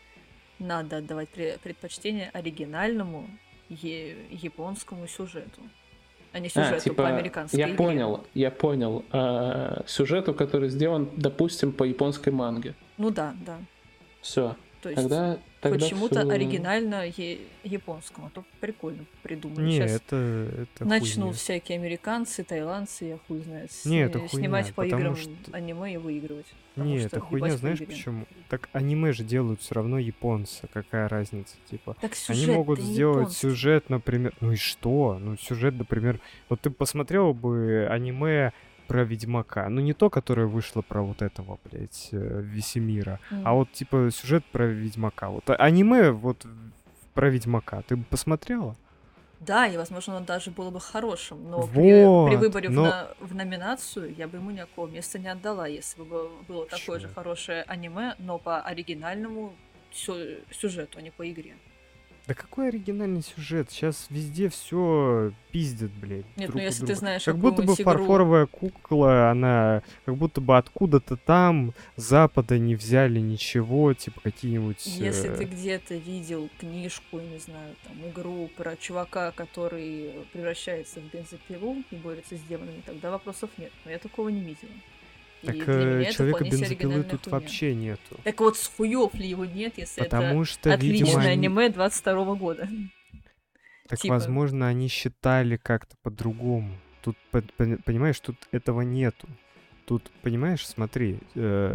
надо отдавать пре- предпочтение оригинальному е- японскому сюжету, а не сюжету А, типа, по американской я игре. понял, я понял. А, сюжету, который сделан, допустим, по японской манге. Ну да, да. Все. То есть Тогда, тогда почему-то всё- оригинально е- японскому, а то прикольно придумали. Не, Сейчас это, это начнут хуйня. всякие американцы, тайландцы, я хуй знает, Не, сни- это хуйня, снимать по потому играм что- аниме и выигрывать. потому Не, что это ебать хуйня, знаешь выиграли. почему? Так аниме же делают все равно японцы, какая разница, типа. Так Они сюжет могут сделать японский. сюжет, например. Ну и что? Ну, сюжет, например. Вот ты посмотрел бы аниме про Ведьмака. Ну, не то, которое вышло про вот этого, блядь, э, Весемира. М. А вот, типа, сюжет про Ведьмака. Вот а- аниме вот в- про Ведьмака. Ты бы посмотрела? Да, и, возможно, он даже было бы хорошим, но при, при Вот, выборе в, но- на- в номинацию я бы ему никакого места не отдала, если бы было, было такое же Чё? хорошее аниме, но по оригинальному сю- сюжету, а не по игре. Да какой оригинальный сюжет? Сейчас везде все пиздят, блядь. Нет, друг ну у если ты друга. знаешь Как будто бы какую-нибудь игру- фарфоровая кукла, она как будто бы откуда-то там, с запада не взяли ничего, типа какие-нибудь... Если э, ты где-то видел книжку, не знаю, там, игру про чувака, который превращается в бензопилу и борется с демонами, тогда вопросов нет. Но я такого не видела. И Так для э, меня это человека вполне себе бензопилы оригинальная тут хуйня. вообще нету. Так вот, с хуёв ли его нет, если Потому это что, видимо, отличное они- аниме двадцать второго года? Так, типа. возможно, они считали как-то по-другому. Тут, по- пон- понимаешь, тут этого нету. Тут, понимаешь, смотри, э,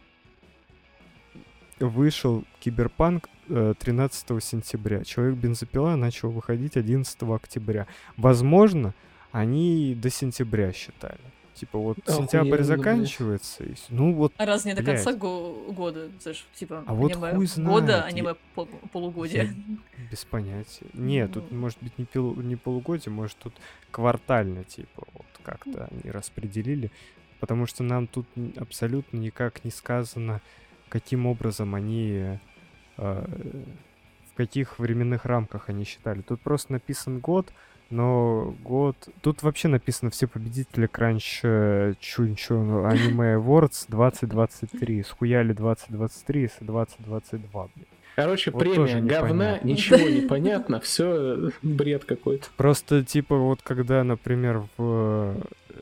вышел Киберпанк э, тринадцатого сентября. Человек-бензопила начал выходить одиннадцатого октября. Возможно, они до сентября считали. Типа вот Охуенно, сентябрь блядь. заканчивается, и с- ну вот А раз не до Блядь. конца го- года, это ж, типа, А вот аниме хуй года, знает, аниме пол- полугодия. Я без понятия. Нет, тут Ну. может быть не, пил- не полугодие, может тут квартально, типа, вот как-то они распределили. Потому что нам тут н- абсолютно никак не сказано, каким образом они, э, в каких временных рамках они считали. Тут просто написан год, но год... Тут вообще написано все победители Кранч Чунчун Аниме Awards двадцать двадцать три. Схуяли двадцать двадцать три, если двадцать двадцать два, блядь. Короче, Вот премия тоже говна, непонятно. ничего не понятно, все бред какой-то. Просто, типа, вот когда, например, в, э,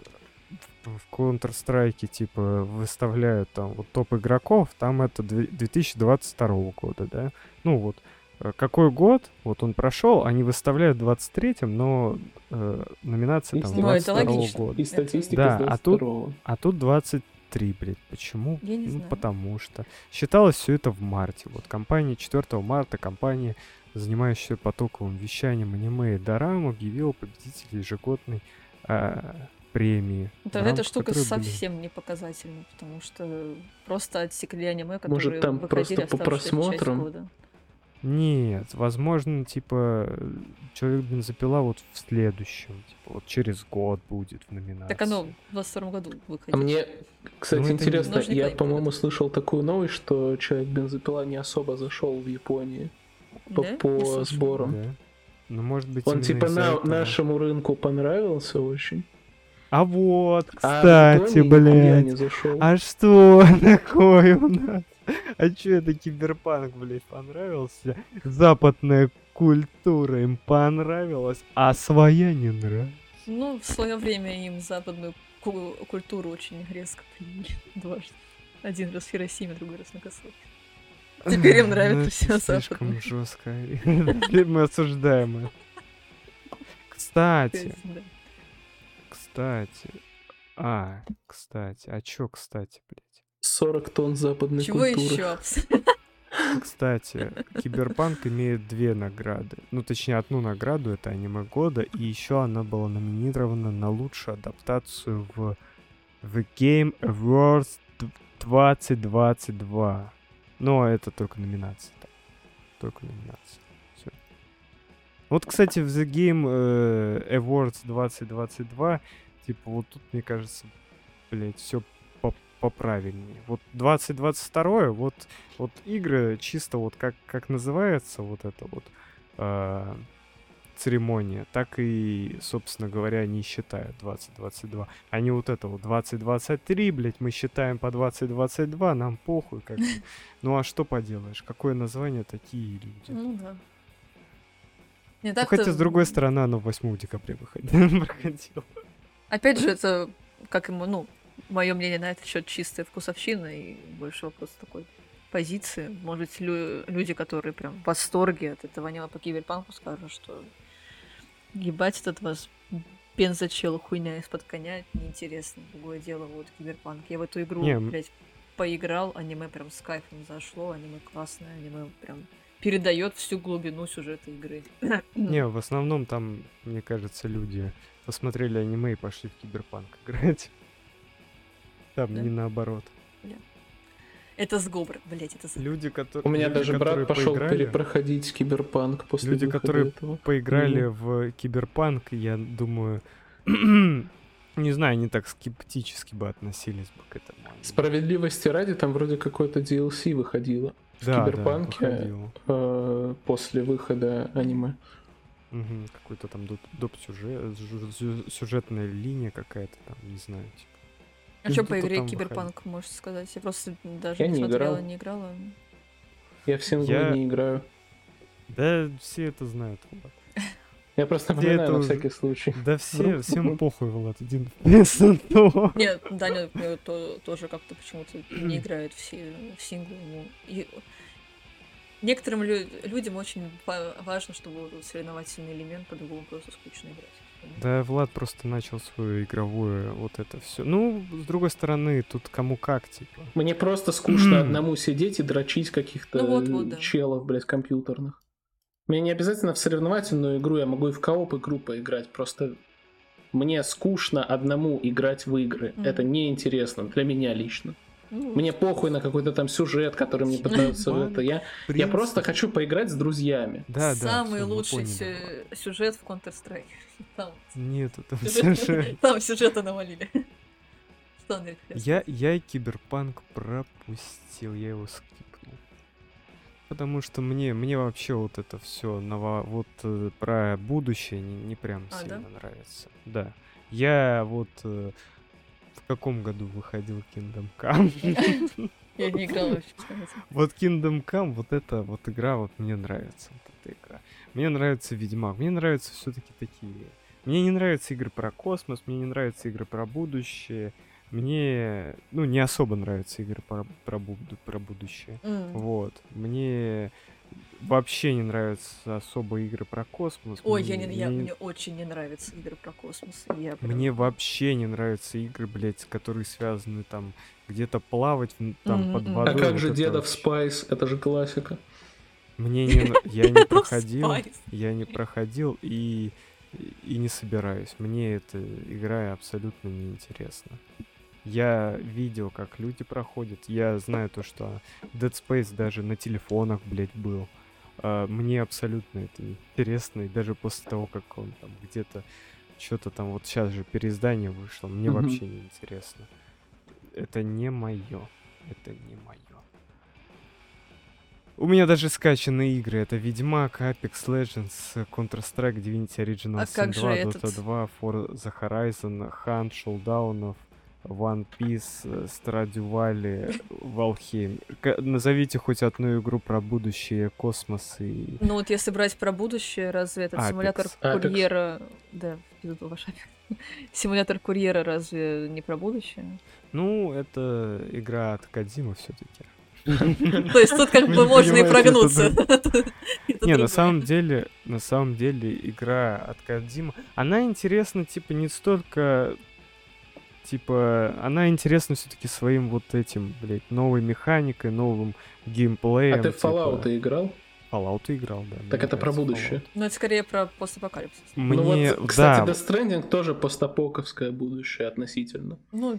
в Counter-Strike, типа, выставляют там вот топ игроков, там это две- две тысячи двадцать второго года, да? Ну вот, э, какой год, вот он прошел, они выставляют в двадцать третьем, но э, номинация там Ну, это двадцать второго логично. года. И статистика Да, с а двадцать тут- второго. А тут двадцать три, блядь. Почему? Я не ну, знаю. потому что. Считалось все это в марте. Вот компания четвёртого марта, компания, занимающая потоковым вещанием аниме и дорам, объявила победителей ежегодной а, премии. в Тогда эта рамках штука которой были- совсем не показательна, потому что просто отсекли аниме, которые Может, там выходили просто по оставшуюся часть просмотрам? года. Нет, возможно, типа, э, Человек бензопила вот в следующем, типа, вот через год будет в номинации. Так оно в двадцать втором году выходит. А мне, кстати, Ну, это интересно, ножник я, лайк по-моему, будет. слышал такую новость, что человек бензопила не особо зашел в Японии по, Да? Не по слышала. сборам. Да. Ну, может быть, Он именно типа из-за на, этого. нашему рынку понравился очень. А вот, А в кстати, Японии нихуя блядь. не зашел. А что такое у нас? А чё это киберпанк, блядь, понравился? Западная культура им понравилась, а своя не нравится. Ну, в свое время им западную ку- культуру очень резко приняли дважды. Один раз в Хиросиме, другой раз на Касоке. Теперь им нравится Ну, всё это слишком западное. жестко. Теперь мы осуждаем это. То Кстати, есть, да. кстати. А, кстати. А чё, кстати, блядь? сорок тонн западной Чего культуры. еще? Кстати, Киберпанк имеет две награды. Ну, точнее, одну награду, это аниме года, и еще она была номинирована на лучшую адаптацию в The Game Awards двадцать двадцать два. Но это только номинация. Так. Только номинация. Всё. Вот, кстати, в The Game э, Awards двадцать двадцать два, типа, вот тут, мне кажется, блять, все поправильнее. Вот двадцать двадцать два, вот, вот игры чисто вот как, как называется вот эта вот э, церемония, так и, собственно говоря, они считают двадцать двадцать два. Они вот это вот двадцать двадцать три, блять, мы считаем по двадцать двадцать два, нам похуй как бы. Ну а что поделаешь? Какое название, такие люди. Ну да. Не Ну, так-то- хотя, с другой стороны, оно восьмого декабря выходило. проходило. Опять же, это, как ему, ну, мое мнение на этот счет чистая вкусовщина и больше вопрос такой позиции. Может, лю- люди, которые прям в восторге от этого аниме по киберпанку, скажут, что ебать этот вас бензочел хуйня из-под коня, это неинтересно. Другое дело, вот киберпанк. Я в эту игру, Не, м- блядь, поиграл, аниме прям с кайфом зашло, аниме классное, аниме прям передает всю глубину сюжета игры. Не, в основном там, мне кажется, люди посмотрели аниме и пошли в Киберпанк играть. Там Да? не наоборот. Это сговор, блять, это сговор. Люди, которые... У меня люди, даже которые брат пошел поиграли- перепроходить киберпанк после Люди, выхода которые этого. поиграли Мгм. в Киберпанк, я думаю, не знаю, они так скептически бы относились бы к этому. Они- Справедливости ради, там вроде какой-то ди эл си выходило в Да, да, Киберпанке выходило. э, после выхода аниме. Мгм, какой-то там доп, доп сюжет, сю- сюжетная линия какая-то там, не знаю. Типа. А что Что-то по игре там Киберпанк можешь сказать? Я просто даже Я не не смотрела, играл. не играла. Я в синглы Я- не играю. Да, все это знают, Влад. Я просто Где напоминаю это на уже? всякий случай. Да все, Вдруг- всем похуй, Влад, один вместо того. Нет, Даня э, то- тоже как-то почему-то не играет в, си- в синглы. ему. И некоторым лю- людям очень ва- важно, чтобы был соревновательный элемент, по-другому просто скучно играть. Да, Влад просто начал свое игровое вот это все. Ну, с другой стороны, тут кому как, типа. Мне просто скучно одному сидеть и дрочить каких-то Ну вот, вот, да. челов, блядь, компьютерных. Мне не обязательно в соревновательную игру, я могу и в кооп игру поиграть. Просто мне скучно одному играть в игры. Мгм. Это неинтересно для меня лично. Ну, Мне похуй на какой-то там сюжет, который мне пытаются в это. Я, В я просто принципе. хочу поиграть с друзьями. Да, да. самый всё, мы лучший поняли, Влад. сю- сюжет в Counter-Strike. Там, Нету там сюжет- сюжет. там сюжета навалили. Что он говорит? Я, я Киберпанк пропустил, я его скипнул. Потому что мне, мне вообще вот это все вот э, про будущее не, не прям А, сильно да? нравится. Да. Я вот э, В каком году выходил Kingdom Come? Я не играла вообще, кстати. Вот Kingdom Come, вот эта вот игра, вот мне нравится. Вот эта игра. Мне нравится Ведьмак. Мне нравятся все-таки такие. Мне не нравятся игры про космос, мне не нравятся игры про будущее. Мне, ну, не особо нравятся игры про, про, буду- про будущее. М. Вот. Мне вообще не нравятся особо игры про космос. Ой, я Мне, не, я, мне, мне очень не нравятся игры про космос. Я прям... мне вообще не нравятся игры, блядь, которые связаны там где-то плавать в- там Мгм, под мгм. А водой. как вот же это Дедов вообще. Спайс? Это же классика. Мне не, на- я не проходил, Спайс. я не проходил и, и не собираюсь. Мне эта игра абсолютно неинтересна. Я видел, как люди проходят. Я знаю то, что Dead Space даже на телефонах, блядь, был. А, мне абсолютно это не интересно. И даже после того, как он там где-то что-то там, вот сейчас же переиздание вышло, мне Мгм. вообще не интересно. Это не мое. Это не мое. У меня даже скачанные игры. Это Ведьмак, Apex Legends, Counter-Strike, Divinity Original А Sin как же два, этот? Dota два, Forza Horizon, Hunt, Showdown, One Piece, э, Stardew Valley, Valheim. К- назовите хоть одну игру про будущее, космос и... Ну вот если брать про будущее, разве этот Apex. симулятор Apex. курьера... Да, в пизду ваш Apex. Симулятор курьера разве не про будущее? Ну, это игра от Кодзимы все-таки. То есть тут как бы Вы можно и понимаете, это прогнуться. Это Не, другое. на самом деле, на самом деле, игра от Кодзима, она интересна, типа, не столько, типа, она интересна все-таки своим вот этим, блядь, новой механикой, новым геймплеем. А ты в типа. Fallout играл? Fallout играл, да. Так мне это про нравится будущее. Fallout. Ну это скорее про постапокалипсис. Мне, Ну вот, кстати, да, Death Stranding тоже постапоковское будущее относительно. Ну...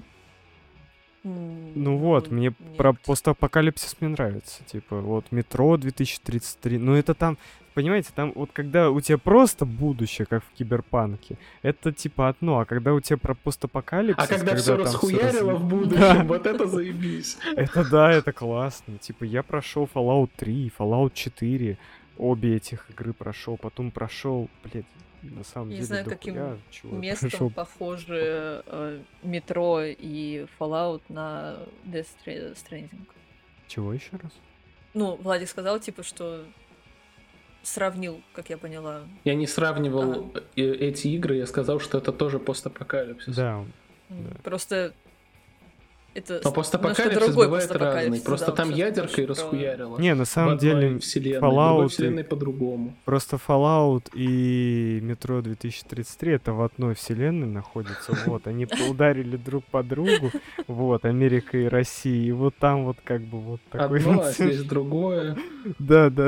м, ну вот, мне нет. про постапокалипсис мне нравится. Типа, вот Метро две тысячи тридцать три. Ну это там, понимаете, там вот когда у тебя просто будущее, как в Киберпанке, это типа одно. А когда у тебя про постапокалипсис... А когда все там всё расхуярило разви- в будущем, вот это заебись. Это да, это классно. Типа, я прошел Fallout три, Fallout четыре, обе этих игры прошел, потом прошел, блядь, на самом Не деле, знаю, дохуя каким чего я местом прошел. похожи э, метро и Fallout на Death Stra- Stranding. Чего еще раз? Ну, Владик сказал, типа, что сравнил, как я поняла. Я не сравнивал э, эти игры, я сказал, что это тоже постапокалипсис. Да, М, Да. Просто это Но с- постапокалипсис немножко другой бывает разный. постапокалипсис, Просто да, там вот сейчас ядеркой больше про- расхуярило. не, на В самом одной деле, вселенной, в другой Fallout и- вселенной по-другому. просто Fallout и Метро две тысячи тридцать три это в одной вселенной находятся, вот, они ударили друг по другу, вот, Америка и Россия, и вот там вот как бы вот такой... Одно, а вот- здесь другое. Да, да.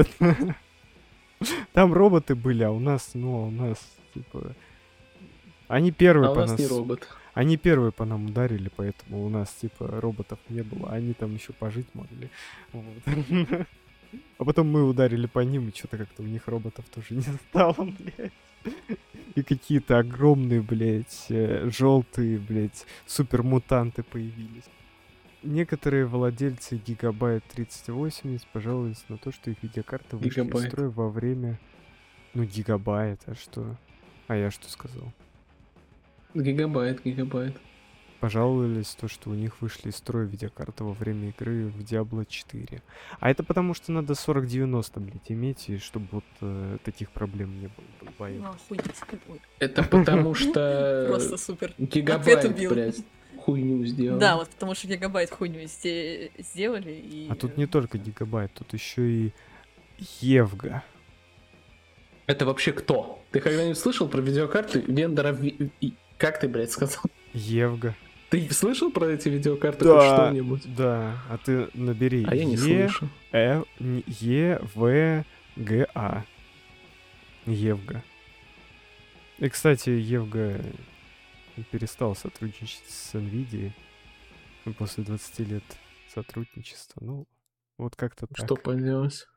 Там роботы были, а у нас, ну, а у нас, типа... Они первые А у по нас нас... не робот. Они первые по нам ударили, поэтому у нас, типа, роботов не было. Они там еще пожить могли. Вот. А потом мы ударили по ним, и что-то как-то у них роботов тоже не стало, блядь. И какие-то огромные, блядь, желтые, блядь, супермутанты появились. Некоторые владельцы Гигабайт тридцать восемьдесят пожаловались на то, что их видеокарты вышли из Гигабайт. строя во время... Ну, гигабайт, а что? А я что сказал? Гигабайт, гигабайт. Пожаловались то, что у них вышли из строя видеокарты во время игры в Diablo четыре. А это потому, что надо сорок девяносто, блядь, иметь, и чтобы вот э, таких проблем не было. долбоёб. Ну, охуеть. Ой, Это потому что Просто супер. Ответ гигабайт, убил. блядь, хуйню сделал. Да, вот потому что гигабайт хуйню сде- сделали и... А тут не только гигабайт, тут еще и Евга. Это вообще кто? Ты когда-нибудь слышал про видеокарты вендора... Ви- и- Как ты, блядь, сказал? Евга. Ты слышал про эти видеокарты Да. хоть что-нибудь? Да, а ты набери А я не Е, слышу. Э, н- Е, В, Г, А. Евга. И, кстати, Евга перестал сотрудничать с NVIDIA после двадцати лет сотрудничества. Ну, вот как-то так. Что поделать?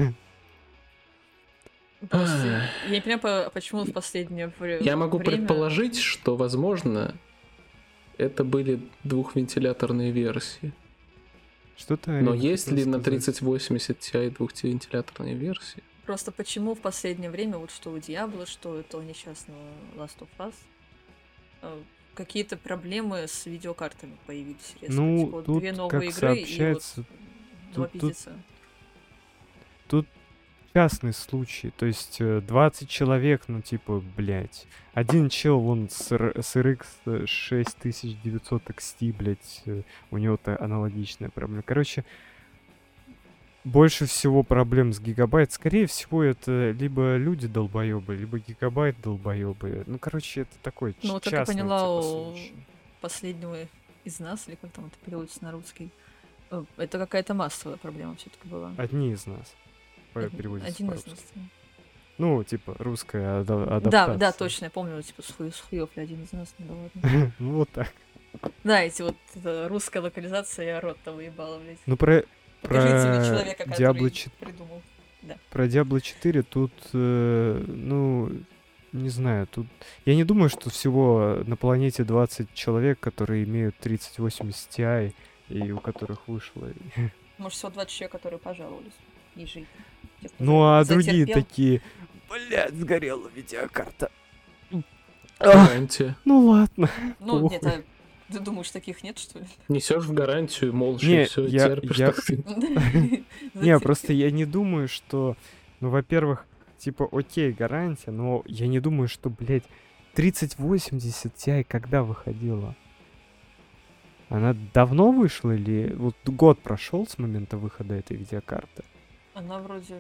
Просто я не понимаю, по- почему в последнее вре- Я могу время... предположить, что, возможно, это были двухвентиляторные версии. Что-то Но Арина есть хотела ли на сказать. тридцать восемьдесят Ti двухвентиляторные версии? Просто почему в последнее время, вот что у Диабло, что этого несчастного Last of Us, э, какие-то проблемы с видеокартами появились резко. Ну, Типа, вот тут, две новые как игры и вот сообщается, два тут, тут, пиздеца. тут частный случай. То есть э, двадцать человек, ну, типа, блядь. Один чел, вон, с, эр- с эр икс шесть тысяч девятьсот икс ти, блядь, э, у него-то аналогичная проблема. Короче, больше всего проблем с Гигабайт. Скорее всего, это либо люди долбоебы, либо Гигабайт долбоебы. Ну, короче, это такой Ну, ч- вот как я частный, поняла, типа, у случай. последнего из нас, или как там это переводится на русский, э, это какая-то массовая проблема все-таки была. Одни из нас по- Од- переводится Один из по-русски. нас. да. Ну, типа, русская ада- Да, адаптация. да, точно, я помню, типа, с хуё- с хуёв ли один из нас, ну да ладно. Ну, вот так. Да, эти вот это русская локализация, я рот того ебала, блядь. Ну, про, Покажите мне про человека, Diablo который четыре, придумал. Да. про Diablo четыре тут, э, ну, не знаю, тут... Я не думаю, что всего на планете двадцать человек, которые имеют тридцать восемьдесят Ti, и у которых вышло... Может, всего двадцать человек, которые пожаловались. И жить. Те, кто Ну, а за- другие затерпел. такие... Блядь, сгорела видеокарта. Гарантия. Ну, ладно. Ну, похуй. нет, а ты думаешь, таких нет, что ли? Несешь в гарантию, молча, Не, и все, я- терпишь. я- так сказать. Не, Затерпел. просто я не думаю, что... Ну, во-первых, типа, окей, гарантия, но я не думаю, что, блядь, тридцать восемьдесят Ti когда выходила? Она давно вышла или... Вот год прошел с момента выхода этой видеокарты? Она вроде...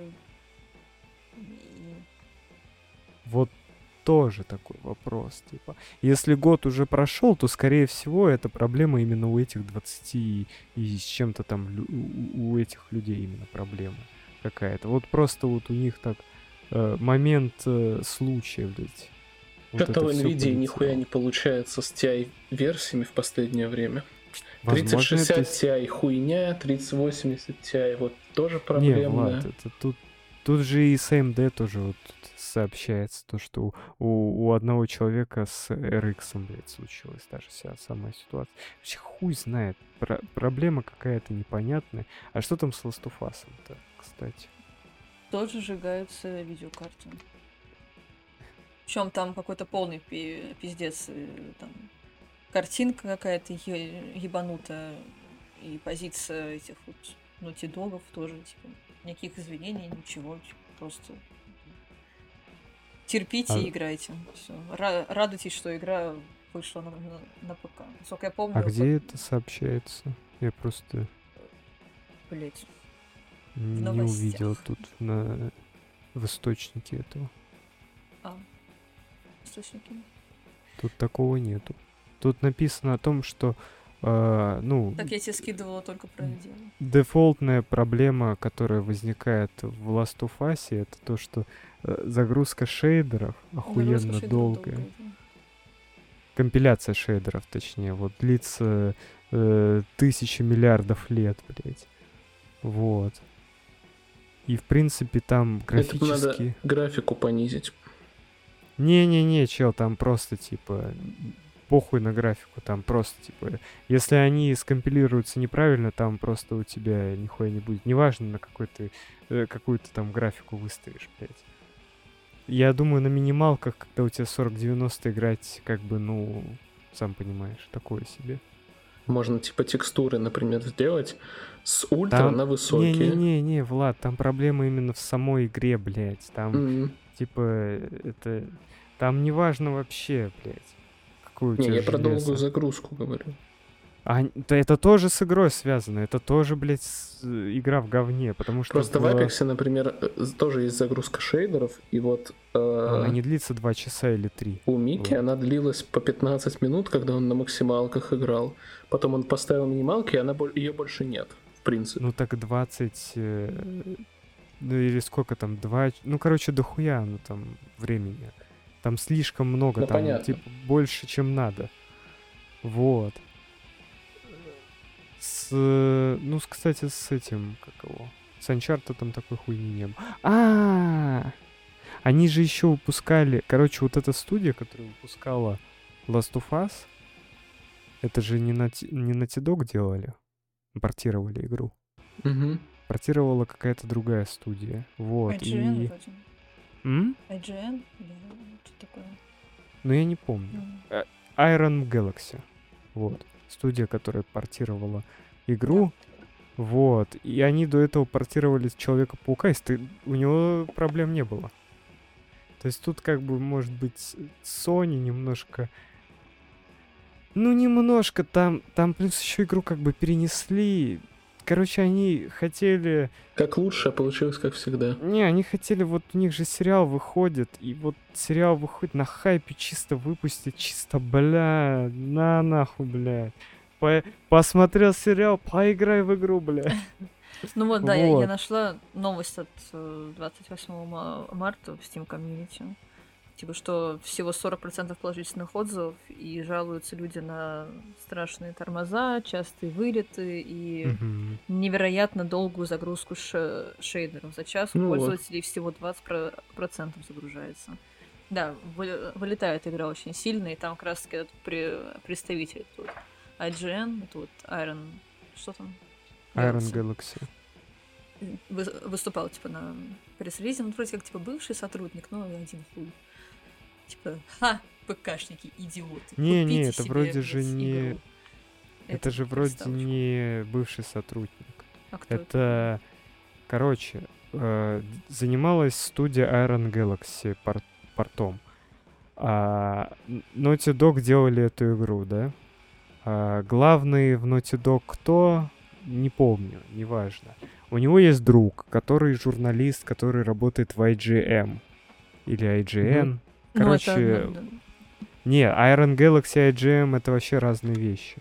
и- Вот тоже такой вопрос, типа. Если год уже прошел, то, скорее всего, это проблема именно у этих двадцати и с чем-то там, лю- у, у этих людей именно проблема какая-то. Вот просто вот у них так э, момент э, случая, блядь. Вот Что-то это в всё NVIDIA полетело. нихуя не получается с Ti-версиями в последнее время. Возможно, тридцать шестьдесят это с- Ti хуйня, тридцать восемьдесят Ti вот тоже Не, проблемно. Влад, это тут... Тут же и с эй эм ди тоже вот тут сообщается то, что у, у, у одного человека с эр икс, блядь, случилась та же вся самая ситуация. Вообще хуй знает. Про- проблема какая-то непонятная. А что там с Last of Us-то, кстати? Тоже сжигаются видеокарты. Причем там какой-то полный пи- пиздец. э, Там картинка какая-то е- ебанутая. И позиция этих вот нотидогов тоже, типа, никаких извинений, ничего. Типа, просто терпите А- и играйте. Всё. Ра- радуйтесь, что игра вышла на, на, на ПК. Насколько я помню, А где вот, это сообщается? Я просто блядь, не новостях. увидел тут на... в источнике этого. а, источники. Тут такого нету. Тут написано о том, что э, ну, Так я тебе скидывала только про это дело. дефолтная проблема, которая возникает в Last of Us, это то, что э, загрузка шейдеров охуенно Загрузка шейдеров долгая. долгая, да. Компиляция шейдеров, точнее, вот длится э, тысячи миллиардов лет, блядь. Вот. И, в принципе, там Это надо графически... графику понизить. Не-не-не, чел, там просто, типа, похуй на графику, там просто, типа, если они скомпилируются неправильно, там просто у тебя нихуя не будет. Неважно, на какой ты, э, какую ты там графику выставишь, блядь. Я думаю, на минималках, когда у тебя сорок девяносто играть, как бы, ну, сам понимаешь, такое себе. Можно типа текстуры, например, сделать с ультра Там- на высокие. Не-не-не, Влад, там проблема именно в самой игре, блядь. Там, М. типа, это... Там не важно вообще, блядь, какую у Не, тебя я про железо. долгую загрузку говорю. А, да это тоже с игрой связано, это тоже, блядь, с- э, игра в говне, потому что... Просто в в- Apex, например, э, тоже есть загрузка шейдеров, и вот э, Она не длится два часа или три. у Мики Вот. она длилась по пятнадцать минут, когда он на максималках играл. Потом он поставил минималки, и она, ее больше нет, в принципе. Ну так двадцать... э, Ну или сколько там, два... ч- Ну, короче, дохуя, ну там, времени. Там слишком много, Ну, там, понятно. типа, больше, чем надо. Вот. С... э, Ну, с- кстати, с этим, как его... С Uncharted там такой хуйни не было. А, они же еще выпускали... Короче, вот эта студия, которая выпускала Last of Us, это же не Naughty, не Naughty Dog делали, портировали игру. Мгм. Портировала какая-то другая студия. Вот. ай джи эн И... вроде. М? ай джи эн? Или что такое? Ну, я не помню. Ну, Iron Galaxy. Вот. Студия, которая портировала игру. Вот. И они до этого портировали Человека-паука, и сты- у него проблем не было. То есть тут как бы, может быть, Sony немножко... Ну, немножко там... Там плюс еще игру как бы перенесли. Короче, они хотели... Как лучше, а получилось как всегда. Не, они хотели, вот у них же сериал выходит, и вот сериал выходит на хайпе, чисто выпустить, чисто, бля, на нахуй, бля. По- посмотрел сериал, поиграй в игру, бля. Ну вот, да, я, Вот. я нашла новость от э, двадцать восьмого ма- марта в Steam Community. Типа, что всего сорок процентов положительных отзывов, и жалуются люди на страшные тормоза, частые вылеты и Мгм. невероятно долгую загрузку ше- шейдеров. За час у Ну вот. пользователей всего двадцать процентов загружается. Да, вы- вылетает игра очень сильно, и там как раз таки этот пре- представитель тут ай джи эн, тут Iron... Что там? Iron Galaxy. Galaxy. Вы- выступал, типа, на пресс-релизе, ну, вроде как, типа, бывший сотрудник, но один хуй. Типа, ха, ПКшники, идиоты. Не, не, купите это себе, вроде блядь, же не- игру». Это же вроде приставочку. не бывший сотрудник. А кто это? Это, короче, э, занималась студия Iron Galaxy пор- портом. А, Н- Naughty Dog делали эту игру, да? А, главный в Naughty Dog кто? Не помню, неважно. У него есть друг, который журналист, который работает в ай джи эм. Или ай джи эн. Ну, это Короче, одно, да. не, Iron Galaxy и ай джи эм это вообще разные вещи.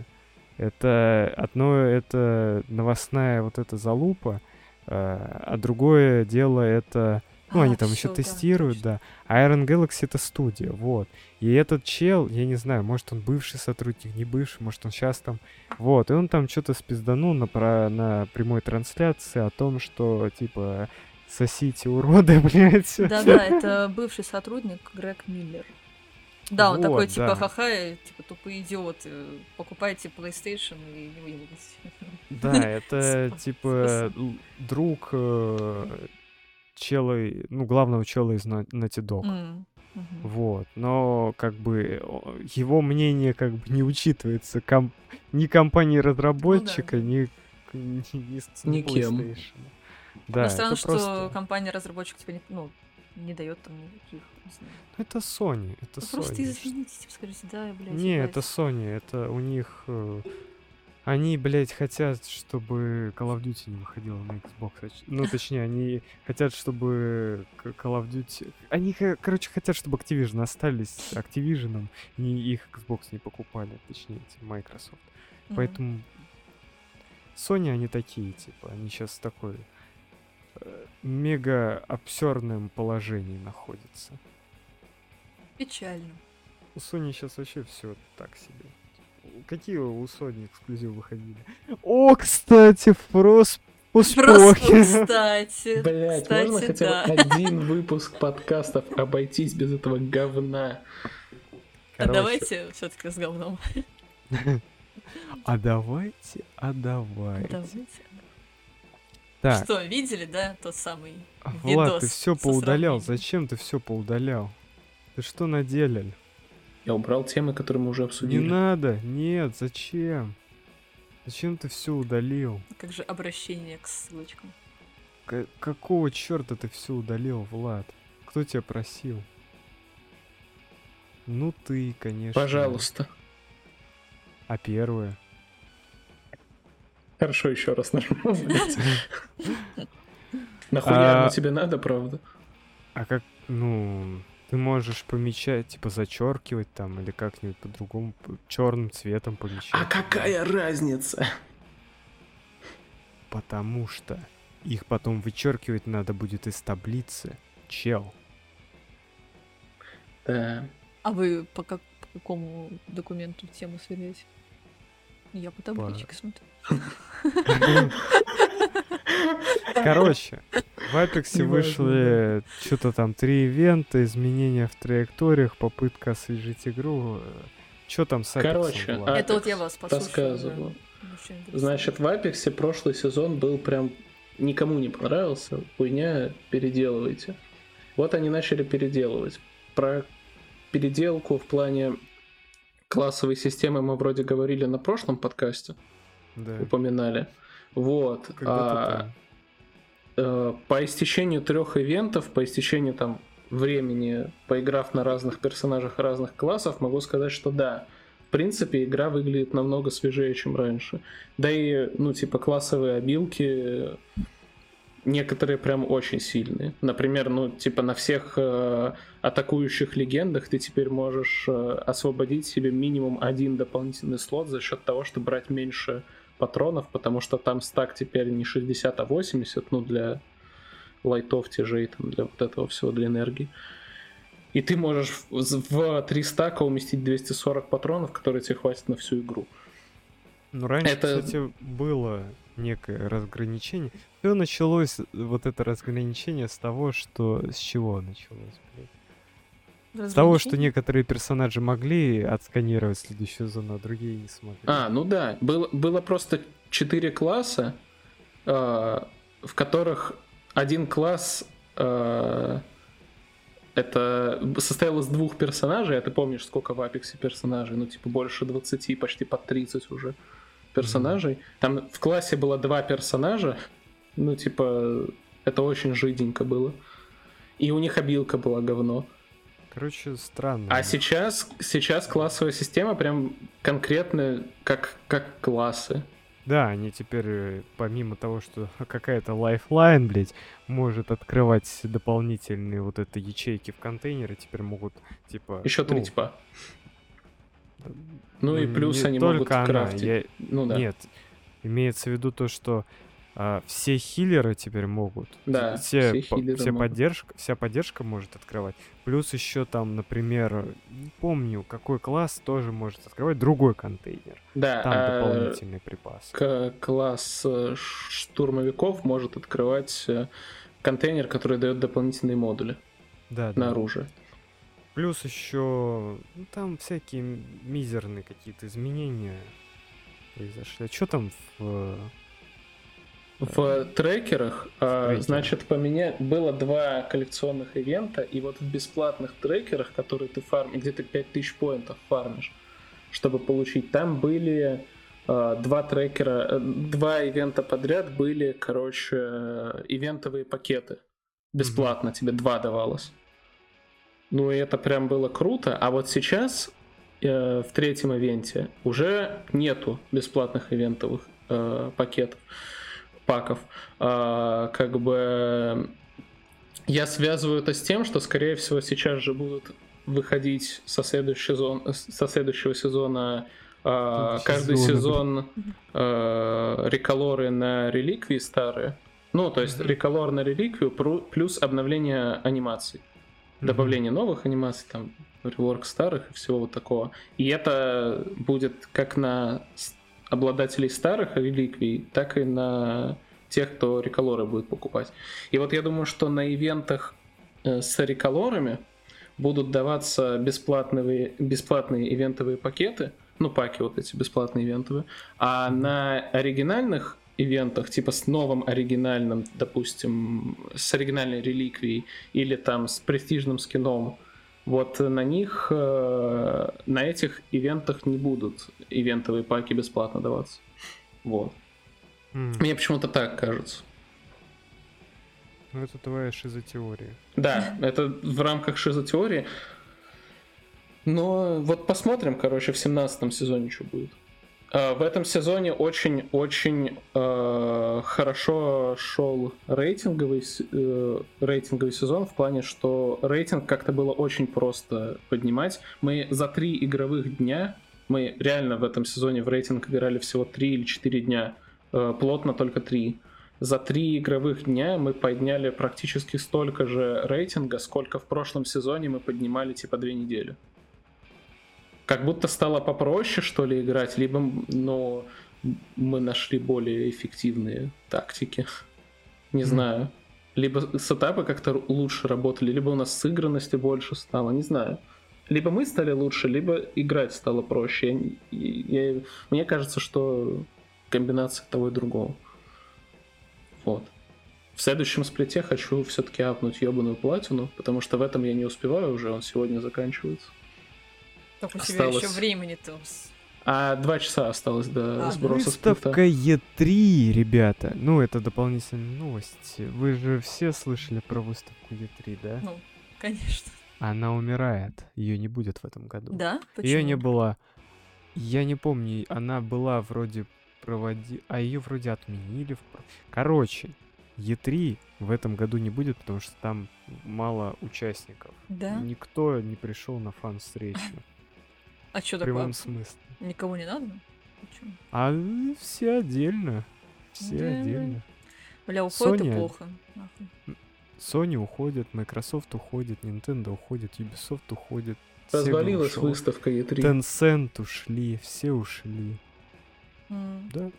Это одно, это новостная вот эта залупа, э, а другое дело это... Ну, А, они там еще всё, да, тестируют, точно. да. А Iron Galaxy это студия, вот. И этот чел, я не знаю, может он бывший сотрудник, не бывший, может он сейчас там... Вот, и он там что-то спизданул на, про... на прямой трансляции о том, что, типа, сосите, уроды, блядь. Да-да, это бывший сотрудник Грег Миллер. Да, он Вот, такой, типа, да. ха-ха, и, типа, тупые идиоты, покупайте PlayStation и не выебывайтесь. Да, это Спа- типа спасибо. л- друг э, чела, и- ну, главного чела из На- Naughty Dog. М, мгм. Вот, но как бы о, его мнение как бы не учитывается ком- ни компании-разработчика, Ну да, да. ни, к- ни, ни с- ни Никем. PlayStation. Да, Но странно, это что просто... компания-разработчик типа не, ну, не дает там никаких, не знаю. Это Sony, это Ну, Sony. просто извините, типа, скажите, да, блядь, Не, ебать. это Sony, это у них... э, Они, блядь, хотят, чтобы Call of Duty не выходила на Xbox. оч- Ну, точнее, они хотят, чтобы к- Call of Duty... Они, х- короче, хотят, чтобы Activision остались Activision, и их Xbox не покупали, точнее, эти Microsoft. Мгм. Поэтому Sony, они такие, типа, они сейчас в такой э, мега абсурдном положении находятся. Печально. У Sony сейчас вообще все так себе. Какие у Sony эксклюзивы выходили? О, кстати, Фрос Просто, Успохи. кстати, Блять, кстати, можно хотя да. бы один выпуск подкастов обойтись без этого говна? А давайте все-таки с говном. А давайте, а давайте. Давайте. Так, Что, видели, да, тот самый Влад, ты видос все со поудалял. сравнением? Зачем ты все поудалял? Ты что наделал? Я убрал темы, которые мы уже Не обсудили. надо, нет, зачем? Зачем ты все удалил? Как же обращение к ссылочкам. К- какого черта ты все удалил, Влад? Кто тебя просил? Ну ты, конечно. Пожалуйста. А первое? Хорошо, еще раз нажму, блядь. Нахуя А- оно тебе надо, правда? А как, ну, ты можешь помечать, типа зачеркивать там или как-нибудь по-другому, черным цветом помечать. А какая разница? Потому что их потом вычеркивать надо будет из таблицы. Чел. Да. А вы по, как, по какому документу тему сверяете? Я по табличке смотрю. Короче, в Апексе Неважно, вышли что-то там три ивента, изменения в траекториях, попытка освежить игру. Что там с Апексом Короче, было? а- Это вот я вас послушаю. Рассказываю. да. Очень интересно. Значит, в Апексе прошлый сезон был прям... Никому не понравился. Хуйня, переделывайте. Вот они начали переделывать. Про переделку в плане классовой системы мы вроде говорили на прошлом подкасте, Да. упоминали. Вот. Когда-то А, по истечению трех ивентов, по истечению там времени, поиграв на разных персонажах разных классов, могу сказать, что да, в принципе, игра выглядит намного свежее, чем раньше. Да и, ну, типа, классовые обилки некоторые прям очень сильные. Например, ну, типа, на всех э, атакующих легендах ты теперь можешь э, освободить себе минимум один дополнительный слот за счет того, что брать меньше патронов, потому что там стак теперь не шестьдесят, а восемьдесят, ну, для лайтов, тяжей, там, для вот этого всего, для энергии. И ты можешь в три стака уместить двести сорок патронов, которые тебе хватит на всю игру. Ну, раньше, Это- кстати, было некое разграничение. Все началось, вот это разграничение, с того, что... С чего началось, блядь? С того, что некоторые персонажи могли отсканировать следующую зону, а другие не смогли. А, ну да, было, было просто четыре класса, э, в которых один класс э, это состоял из двух персонажей, а ты помнишь, сколько в Апексе персонажей, ну типа больше двадцати, почти под тридцать уже персонажей. Mm-hmm. Там в классе было два персонажа, ну типа это очень жиденько было. И у них обилка была говно. Короче, странно. А сейчас, сейчас классовая система прям конкретно как, как классы. Да, они теперь, э, помимо того, что какая-то лайфлайн, блядь, может открывать дополнительные вот это ячейки в контейнеры, теперь могут, типа... Еще три ну, типа. Ну, Ну и плюс не они только могут она, крафтить. я- Ну да. Нет, имеется в виду то, что а, все хиллеры теперь могут. Да, все, все по- хиллеры все могут. поддержка, вся поддержка может открывать. Плюс еще там, например, не помню, какой класс тоже может открывать другой контейнер. Да, Там а дополнительный припас. к- класс э, штурмовиков может открывать э, контейнер, который дает дополнительные модули Да, да. на оружие. Плюс еще ну, там всякие м- мизерные какие-то изменения произошли. А что там в... В трекерах, а, трекерах. значит, поменя... было два коллекционных ивента, и вот в бесплатных трекерах, которые ты фармишь, где ты пять тысяч поинтов фармишь, чтобы получить, там были а, два трекера, э, два ивента подряд были, короче, э, ивентовые пакеты. Бесплатно mm-hmm. тебе два давалось. Ну и это прям было круто. А вот сейчас э, в третьем ивенте уже нету бесплатных ивентовых э, пакетов. паков. А, как бы я связываю это с тем, что, скорее всего, сейчас же будут выходить со следующего сезона, со следующего сезона а, каждый сезон а, реколоры на реликвии старые. Ну, то есть mm-hmm. реколор на реликвию плюс обновление анимаций. Mm-hmm. Добавление новых анимаций, там, реворк старых и всего вот такого. И это будет как на обладателей старых реликвий, так и на тех, кто реколоры будет покупать. И вот я думаю, что на ивентах э, с реколорами будут даваться бесплатные, бесплатные ивентовые пакеты, ну, паки вот эти бесплатные ивентовые, а mm-hmm. на оригинальных ивентах, типа с новым оригинальным, допустим, с оригинальной реликвией или там с престижным скином, вот на них, э, на этих ивентах не будут ивентовые паки бесплатно даваться. Вот. Mm. Мне почему-то так кажется. Ну, это твоя шизотеория. Да, это в рамках шизотеории. Но вот посмотрим, короче, в семнадцатом сезоне что будет. Uh, в этом сезоне очень-очень uh, хорошо шел рейтинговый, uh, рейтинговый сезон, в плане, что рейтинг как-то было очень просто поднимать. Мы за три игровых дня, мы реально в этом сезоне в рейтинг играли всего три или четыре дня, uh, плотно только три. За три игровых дня мы подняли практически столько же рейтинга, сколько в прошлом сезоне мы поднимали типа две недели. Как будто стало попроще, что ли, играть, либо, ну, мы нашли более эффективные тактики. Не mm. знаю. Либо сетапы как-то лучше работали, либо у нас сыгранности больше стало, не знаю. Либо мы стали лучше, либо играть стало проще. Я, я, мне кажется, что комбинация того и другого. Вот. В следующем сплите хочу все-таки апнуть ебаную платину, потому что в этом я не успеваю уже, он сегодня заканчивается. Так у тебя еще Осталось. времени-то. с- А два часа осталось до А, сброса сплита. Выставка Е три, ребята. Ну, это дополнительная новость. Вы же все слышали про выставку Е три, да? Ну, конечно. Она умирает. Ее не будет в этом году. Да? Почему? Ее не было. Я не помню, она была вроде проводи, а ее вроде отменили. в про- Короче, Е три в этом году не будет, потому что там мало участников. Да? Никто не пришел на фан-встречу. А что В такое? прямом смысле. Никого не надо? Почему? А э, все отдельно. Все Да. отдельно. Бля, уходит и Sony- плохо. Нахуй. Sony уходит, Microsoft уходит, Nintendo уходит, Ubisoft уходит. Sega Развалилась ушел, выставка Е три. Tencent ушли, все ушли. М. Да.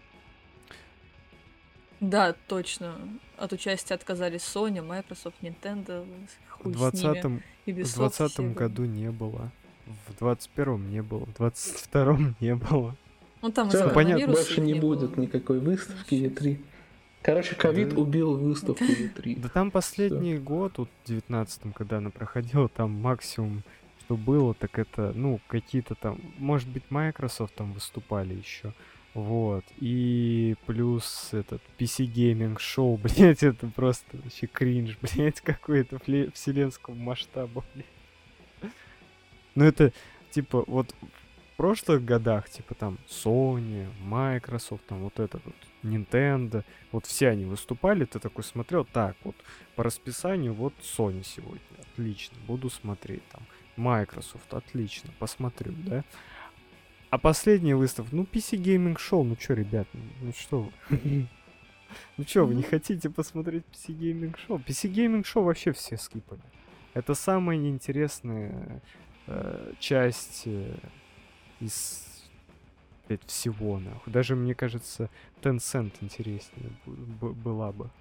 Да, точно. От участия отказались Sony, Microsoft, Nintendo. В Хуй с ними. двадцатом В Ubisoft, двадцатом Sega. году не было. В двадцать первом не было. В двадцать втором не было. Ну там Всё, из-за понятно, коронавируса Больше их не было. будет никакой выставки Е Сейчас. три. Короче, ковид Да. убил выставку Е три. Да там последний год, вот в девятнадцатом, когда она проходила, там максимум, что было, так это, ну, какие-то там, может быть, Microsoft там выступали еще. Вот. И плюс этот пи си Gaming Show, блять, это просто вообще кринж, блять, какой-то фле- вселенского масштаба, блядь. Ну это, типа, вот в прошлых годах, типа там Sony, Microsoft, там вот этот вот Nintendo, вот все они выступали, ты такой смотрел, так, вот по расписанию вот Sony сегодня, отлично, буду смотреть, там Microsoft, отлично, посмотрю, да. А последняя выставка, ну пи си Gaming Show, ну чё, ребят, ну, ну что вы? Ну чё, вы не Ну. хотите посмотреть пи си Gaming Show? пи си Gaming Show вообще все скипали. Это самая неинтересная э, часть э, из блядь, всего, нахуй. Даже, мне кажется, Tencent интереснее бу- б- была бы.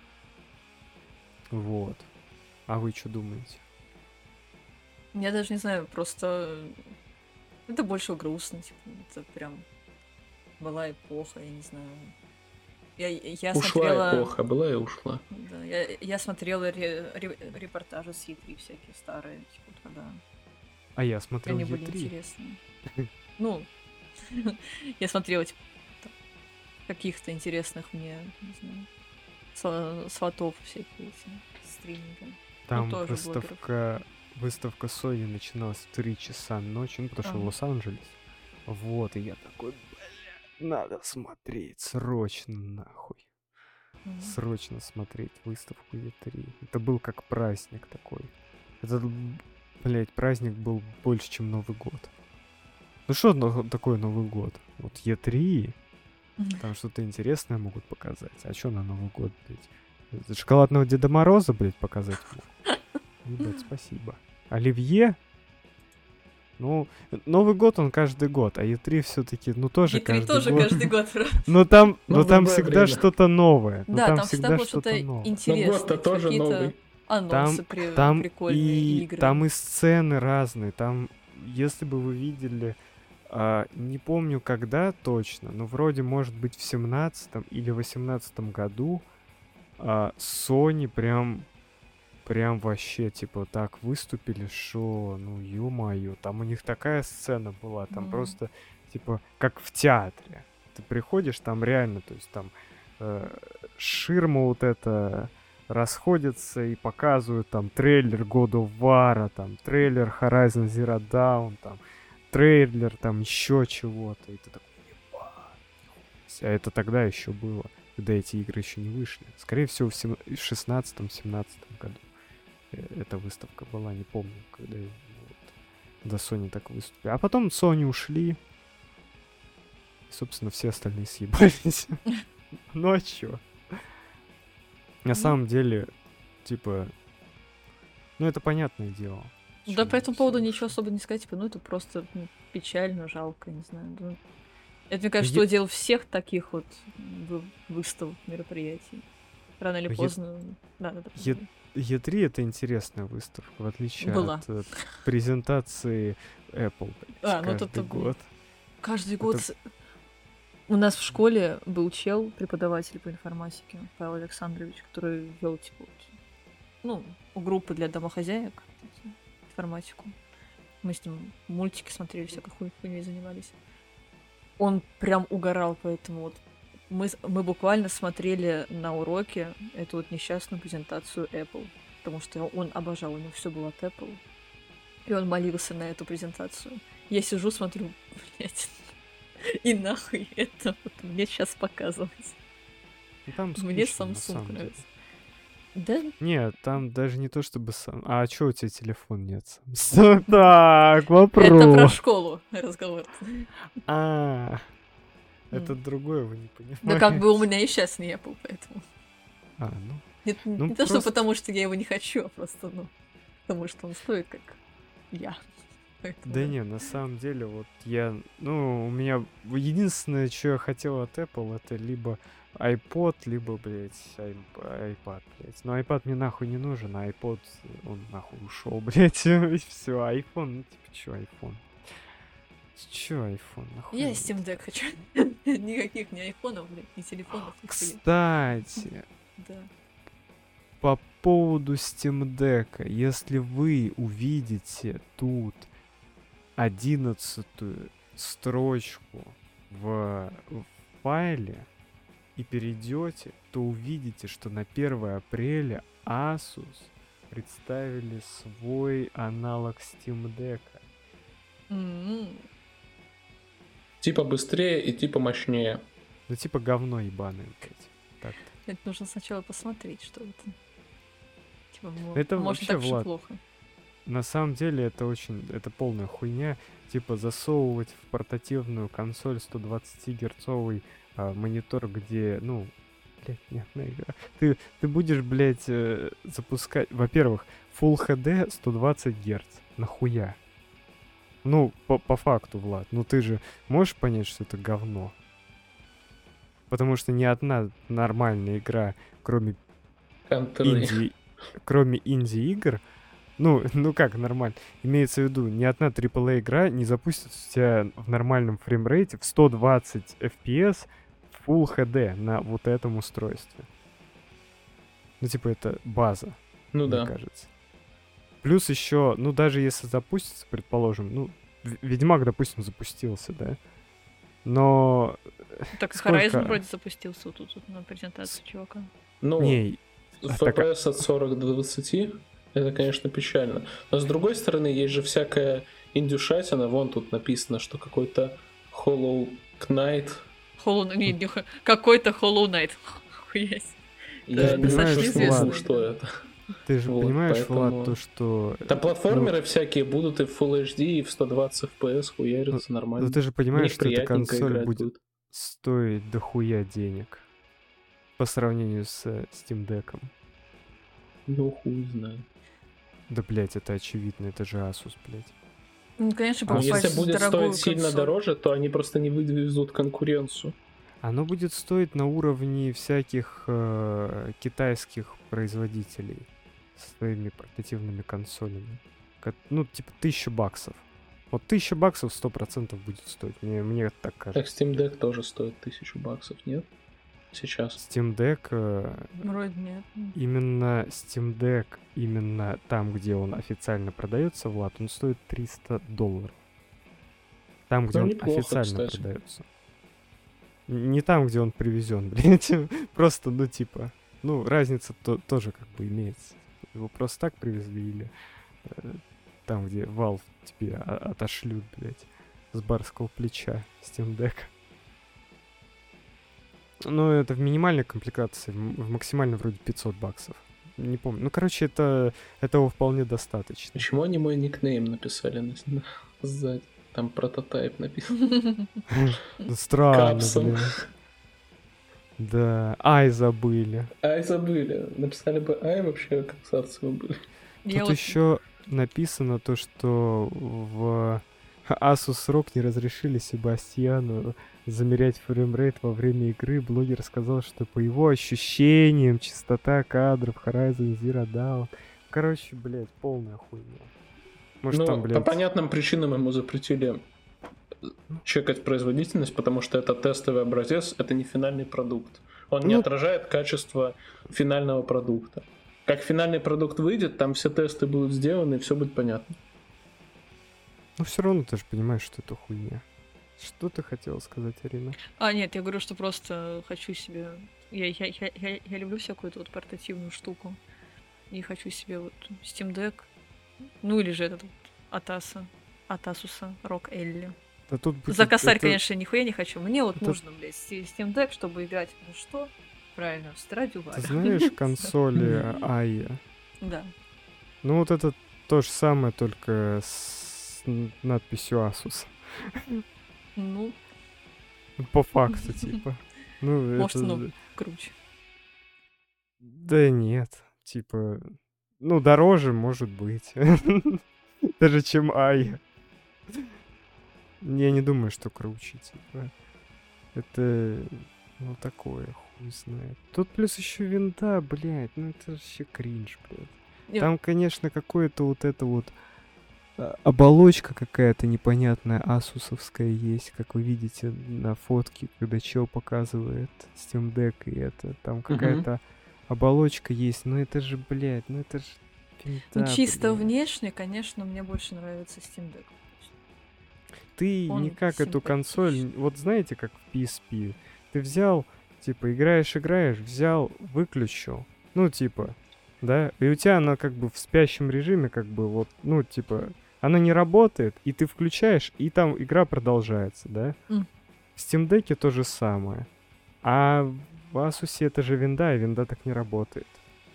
Вот. А вы что думаете? Я даже не знаю, просто это больше грустно, типа, это прям была эпоха, я не знаю. Я, я Ушла смотрела... эпоха, была и ушла. Да, я, я смотрела ре- ре- репортажи с Е три всякие старые, типа, когда А я смотрел они Е были три. интересные. Ну, я смотрела, типа, там, каких-то интересных мне, не знаю, сва- сватов всякие эти стриминги. Там тоже выставка, выставка Sony начиналась в три часа ночи, ну, потому что Ага. в Лос-Анджелес. Вот, и я такой, бля, надо смотреть, срочно, нахуй. Мгм. Срочно смотреть выставку Е три. Это был как праздник такой. Этот, блядь, праздник был больше, чем Новый год. Ну что но- такое Новый год? Вот Е три, там что-то интересное могут показать. А что на Новый год, блядь? Шоколадного Деда Мороза, блядь, показать могут? Ребят, спасибо. Оливье? Ну, Новый год он каждый год, а Е три все-таки, ну тоже Е три каждый тоже год. каждый год. Но там, но Ну, в там любое всегда время. что-то новое. Ну, Да, там там всегда всегда было что-то что-то новое. Но интересное. год-то тоже какие-то новый. анонсы Там, при- там прикольные, и игры. там и сцены разные. Там, если бы вы видели, а, не помню когда точно, но вроде может быть в семнадцатом или восемнадцатом году а, Sony прям прям вообще типа так выступили, что ну ё-моё, там у них такая сцена была, там Мгм. просто типа как в театре. Ты приходишь, там реально, то есть там э, ширма вот эта расходятся и показывают там трейлер God of War, там трейлер Horizon Zero Dawn, там трейлер там еще чего-то. И ты такой, ебать, нихуя себе. А это тогда еще было, когда эти игры еще не вышли. Скорее всего, в сем- в шестнадцатом-семнадцатом году э, эта выставка была, не помню, когда ну, вот, до Sony так выступили. А потом Sony ушли. И, собственно, все остальные съебались. Ну а чё? На Ну. самом деле, типа, ну это понятное дело. Да, Чё по этому всё поводу ушли. ничего особо не сказать, типа, ну это просто ну, печально, жалко, не знаю. Ну, это, мне кажется, Е- что дело всех таких вот вы- выставок, мероприятий. Рано или Е- поздно. Да, да, да. Е- Е три это интересная выставка, в отличие Была. от э, презентации Apple, блядь, А, ну каждый это- год. Каждый Это- год с- у нас в школе был чел, преподаватель по информатике, Павел Александрович, который вел типа вот, ну, группы для домохозяек, информатику. Мы с ним мультики смотрели, всякой хуй- хуйней занимались. Он прям угорал, поэтому вот мы, с- мы буквально смотрели на уроке эту вот несчастную презентацию Apple, потому что он обожал, у него все было от Apple, и он молился на эту презентацию. Я сижу, смотрю, блядь, и нахуй это вот мне сейчас показывать. Ну, там Мне скучно, на самом Samsung деле. нравится. Да? Нет, там даже не то чтобы сам. А чё у тебя телефон нет? Samsung? Так, вопрос. Это про школу разговор. А, М. это другое, вы не понимаете. Да как бы у меня и сейчас не Apple, поэтому. А, ну. Нет, Ну, не то, что просто- потому, что я его не хочу, а просто, ну, потому что он стоит как я. Поэтому Да не, на самом деле, вот я, ну, у меня единственное, что я хотел от Apple, это либо iPod, либо, блядь, ай- iPad, блядь. Но iPad мне нахуй не нужен, а iPod, он нахуй ушел, блядь, и все, iPhone, ну, типа, чё iPhone? Чё iPhone, нахуй? Я надо? Steam Deck хочу. Никаких ни айфонов, блядь, ни телефонов, ни хуя. Кстати, Да. по поводу Steam Deck, если вы увидите тут одиннадцатую строчку в, в файле и перейдете, то увидите, что на первое апреля Asus представили свой аналог Steam Deck. М-м. Типа быстрее и типа мощнее. Ну типа говно ебаное, блядь. Так-то. Это нужно сначала посмотреть, что это. Типа, мо- Это может, вообще, так уж и Влад, плохо. На самом деле это очень, это полная хуйня. Типа засовывать в портативную консоль сто двадцатигерцовый а, монитор, где, ну, блядь, нет, игра. Ты, ты будешь, блядь, э, запускать, во-первых, Full эйч ди сто двадцать герц. Нахуя? Ну, по, по факту, Влад, ну ты же можешь понять, что это говно? Потому что ни одна нормальная игра, кроме Контры. инди, кроме инди-игр, ну, ну как нормально, имеется в виду, ни одна трипл эй игра не запустит у тебя в нормальном фреймрейте в сто двадцать эф пи эс Full эйч ди на вот этом устройстве. Ну, типа, это база, Ну мне да. кажется. Плюс еще, ну, даже если запустится, предположим, ну, В- Ведьмак, допустим, запустился, да? Но... Так и сколько- Horizon вроде запустился вот тут вот на презентацию чувака. Ну, Не, а эф так- пи эс от сорок до двадцати, это, конечно, печально. Но с другой стороны, есть же всякая индюшатина. Вон тут написано, что какой-то Hollow Knight. Hollow... не, не х- какой-то Hollow Knight. Хуясь. Я же не понимаешь, знаю, известный, что да. это. ты же Вот, понимаешь, поэтому- Влад, то, что... Там платформеры всякие будут и в Full эйч ди, и в сто двадцать эф пи эс хуярятся нормально. Ну ты же В понимаешь, них что эта приятненько консоль играть будет стоить дохуя денег по сравнению с э, Steam Deck'ом. Ну, хуй знает. Да, блять, это очевидно, это же Asus, блять. Ну, конечно, А Но покупать если будет дорогую стоить сильно консоль. дороже, то они просто не вывезут конкуренцию. Оно будет стоить на уровне всяких э, китайских производителей со своими портативными консолями. Ка- Ну, типа, тысяча баксов. Вот тысяча баксов сто процентов будет стоить. Мне, мне так Так кажется. Steam Deck тоже стоит тысячу баксов, нет? Сейчас. Steam Deck, э, Вроде нет. именно Steam Deck, именно там, где он официально продается, Влад, он стоит триста долларов. Там, где Ну, он неплохо, официально кстати. продается. Н- Не там, где он привезен, блядь. Просто, ну, типа, ну, разница то- тоже как бы имеется. Его просто так привезли или э, там, где Valve тебе о- отошлют, блядь, с барского плеча Steam Deck. Ну, это в минимальной комплектации, в м- в максимальной вроде пятьсот баксов. Не помню. Ну, короче, это этого вполне достаточно. Почему они мой никнейм написали на, на- сзади? Там прототайп написан. Ну, странно, Капсом. блядь. Да, ай, забыли. Ай, забыли. Написали бы ай, вообще красавцы вы были. Я Тут вот еще написано то, что в Asus рог не разрешили Себастьяну замерять фреймрейт во время игры. Блогер сказал, что по его ощущениям частота кадров Horizon Zero Dawn. Короче, блядь, полная хуйня. Может, Ну, там, по блядь... понятным причинам ему запретили чекать производительность, потому что это тестовый образец, это не финальный продукт. Он не Ну- отражает качество финального продукта. Как финальный продукт выйдет, там все тесты будут сделаны, и все будет понятно. Ну, все равно ты же понимаешь, что это хуйня. Что ты хотела сказать, Арина? А, нет, я говорю, что просто хочу себе... Я, я, я, я, я люблю всякую эту вот портативную штуку. И хочу себе вот Steam Deck. Ну, или же этот вот Атаса. Атасуса, Рок Элли. Да тут будет, За косарь, это... конечно, нихуя не хочу. Мне вот это... нужно, блядь, Steam Deck, чтобы играть. Ну что? Правильно, в Страдивари. Ты знаешь консоли Айя? Да. Ну, вот это то же самое, только с надписью Asus. Ну. По факту, типа. Ну, может, это... ну, круче. Да нет, типа... Ну, дороже, может быть. Даже чем Айя. Я не думаю, что круче, типа. Это... Ну, такое, хуй знает. Тут плюс еще винда, блядь. Ну, это вообще кринж, блядь. Нет. Там, конечно, какое-то вот это вот... Оболочка какая-то непонятная асусовская есть, как вы видите на фотке, когда чел показывает Steam Deck, и это, там какая-то uh-huh. оболочка есть, но это же, блядь, ну это же винда, ну чисто блядь. Внешне, конечно, мне больше нравится Steam Deck. Ты Он никак эту консоль, вот знаете, как в пи эс пи, ты взял, типа, играешь, играешь, взял, выключил, ну, типа, да, и у тебя она как бы в спящем режиме, как бы, вот, ну, типа... Она не работает, и ты включаешь, и там игра продолжается, да? Mm. В Steam Deck'е то же самое. А в Asus это же винда, и винда так не работает.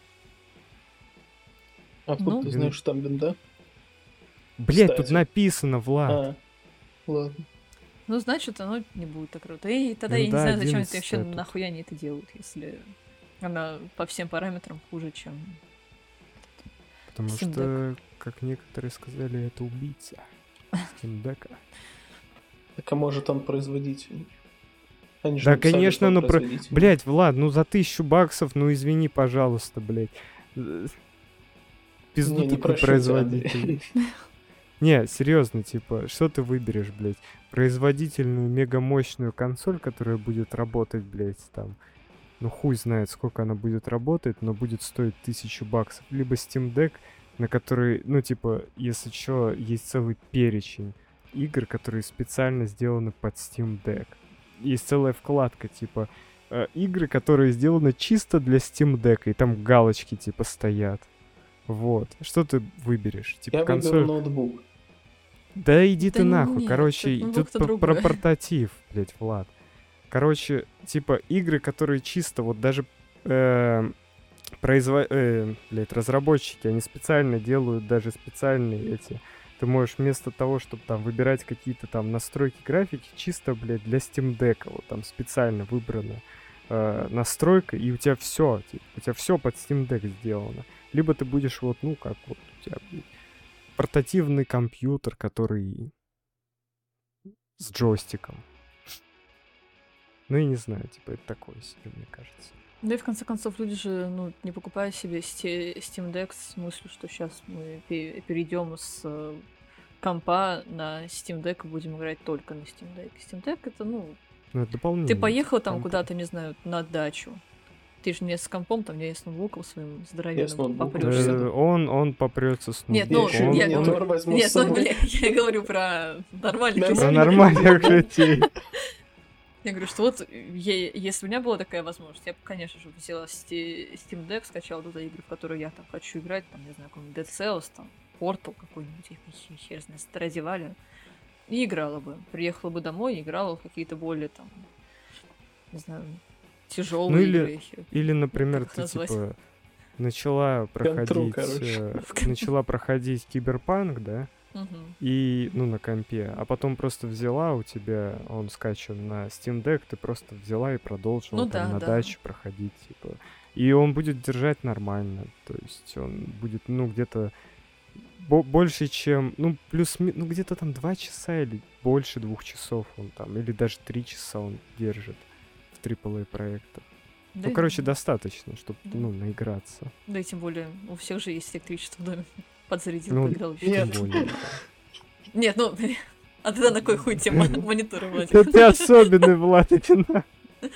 А откуда ну, ты знаешь, что там винда? Блять, Кстати. тут написано, Влад. А, ладно. Ну, значит, оно не будет так круто. И тогда винда я не знаю, зачем это вообще тут. нахуя они это делают, если она по всем параметрам хуже, чем... Потому Steam что, Deck. как некоторые сказали, это убийца Steam Deck'а. Так а может он производитель? Они же Да, написали, конечно, что он ну, про... производитель. блять, Влад, ну за тысячу баксов, ну извини, пожалуйста, блять. Пизду Не, не такой прошу производитель. тебя, Не, серьезно, типа, что ты выберешь, блядь? Производительную, мегамощную консоль, которая будет работать, блядь, там... Ну, хуй знает, сколько она будет работать, но будет стоить тысячу баксов. Либо Steam Deck, на который, ну, типа, если чё, есть целый перечень игр, которые специально сделаны под Steam Deck. Есть целая вкладка, типа, э, игры, которые сделаны чисто для Steam Deck, и там галочки, типа, стоят. Вот. Что ты выберешь? Типа, Я консоль... выберу ноутбук. Да иди Да ты нахуй. нет, Короче, тут тут ноутбук-то про, про другое. портатив, блядь, Влад. Короче, типа, игры, которые чисто вот даже э, произво... э, блядь, разработчики, они специально делают даже специальные эти... Ты можешь вместо того, чтобы там выбирать какие-то там настройки графики, чисто, блядь, для Steam Deck, вот там специально выбрана э, настройка, и у тебя все, типа, у тебя все под Steam Deck сделано. Либо ты будешь вот, ну, как вот у тебя, блядь, портативный компьютер, который с джойстиком. Ну, я не знаю, типа, это такое себе, мне кажется. Да и в конце концов, люди же, ну, не покупают себе сте- Steam Deck с мыслью, что сейчас мы пе- перейдем с э, компа на Steam Deck и будем играть только на Steam Deck. Steam Deck это, ну, Ну, это дополнение. ты поехал типа, там компа. куда-то, не знаю, на дачу. Ты же не с компом, там не с ноутбуком своим Я с здоровенным ноутбуком. попрёшься. Э, он, он попрется с Нет, ноутбуком. ну, Он- я- он- монитор возьму Нет, с ну, собой. бля, я говорю про нормальных Про Про людей. нормальных людей. Я говорю, что вот е- если у меня была такая возможность, я бы, конечно же, взяла Ste- Steam Deck, скачала туда игры, в которые я там хочу играть, там, не знаю, какой-нибудь Dead Cells, там, Portal какой-нибудь, я хер- хер знает, Страдивари, и играла бы. Приехала бы домой и играла в какие-то более, там, не знаю, тяжелые Ну, или- игры. хер- Или, например, Как их ты, назвать? типа, начала проходить... короче. э, начала проходить Киберпанк, да? Мгм. И, ну, на компе. А потом просто взяла у тебя, он скачан на Steam Deck, ты просто взяла и продолжила Ну там да, на да. даче проходить, типа. И он будет держать нормально. То есть он будет, ну, где-то бо- больше, чем, ну, плюс, ми- ну, где-то там два часа или больше двух часов он там, или даже три часа он держит в трипл эй проектах. Да, Ну, и- короче, достаточно, чтобы, Да. ну, наиграться. Да и тем более, у всех же есть электричество в доме. Подзарядил, Ну, поиграл еще. Нет. Тем более. Нет, ну, а тогда на кой хуй тебе мон- мониторы, Владик? Да ты особенный, Влад, иди на.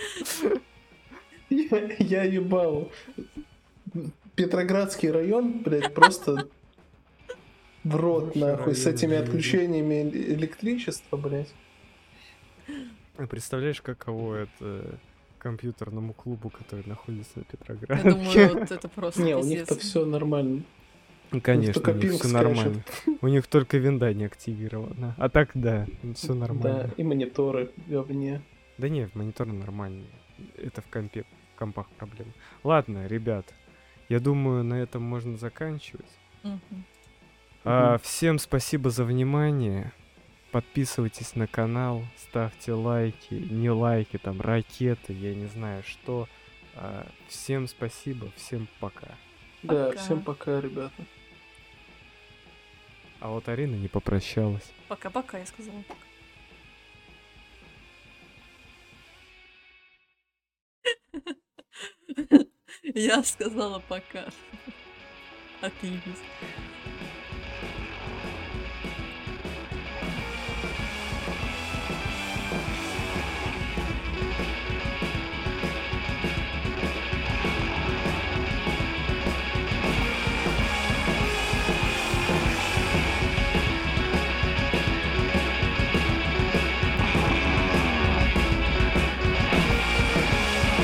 Я, я ебал. Петроградский район, блядь, просто В рот, Лучше нахуй, с район этими в мире. отключениями электричества, блядь. А представляешь, каково это компьютерному клубу, который находится на Я Петроградке? думаю, вот это просто Не, у них-то пиздец. все нормально. Ну, Конечно, только у них пинг все скачет. нормально. У них только винда не активирована. А так, да, все Да, нормально. и мониторы в говне. Да не, монитор нормальный. Это в компе, в компах проблема. Ладно, ребят, я думаю, на этом можно заканчивать. Мгм. А, Мгм. всем спасибо за внимание. Подписывайтесь на канал, ставьте лайки, не лайки, там ракеты, я не знаю что. А, всем спасибо, всем пока. Да, Пока. всем пока, ребята. А вот Арина не попрощалась. Пока-пока, я сказала пока. Я сказала пока. Отлично.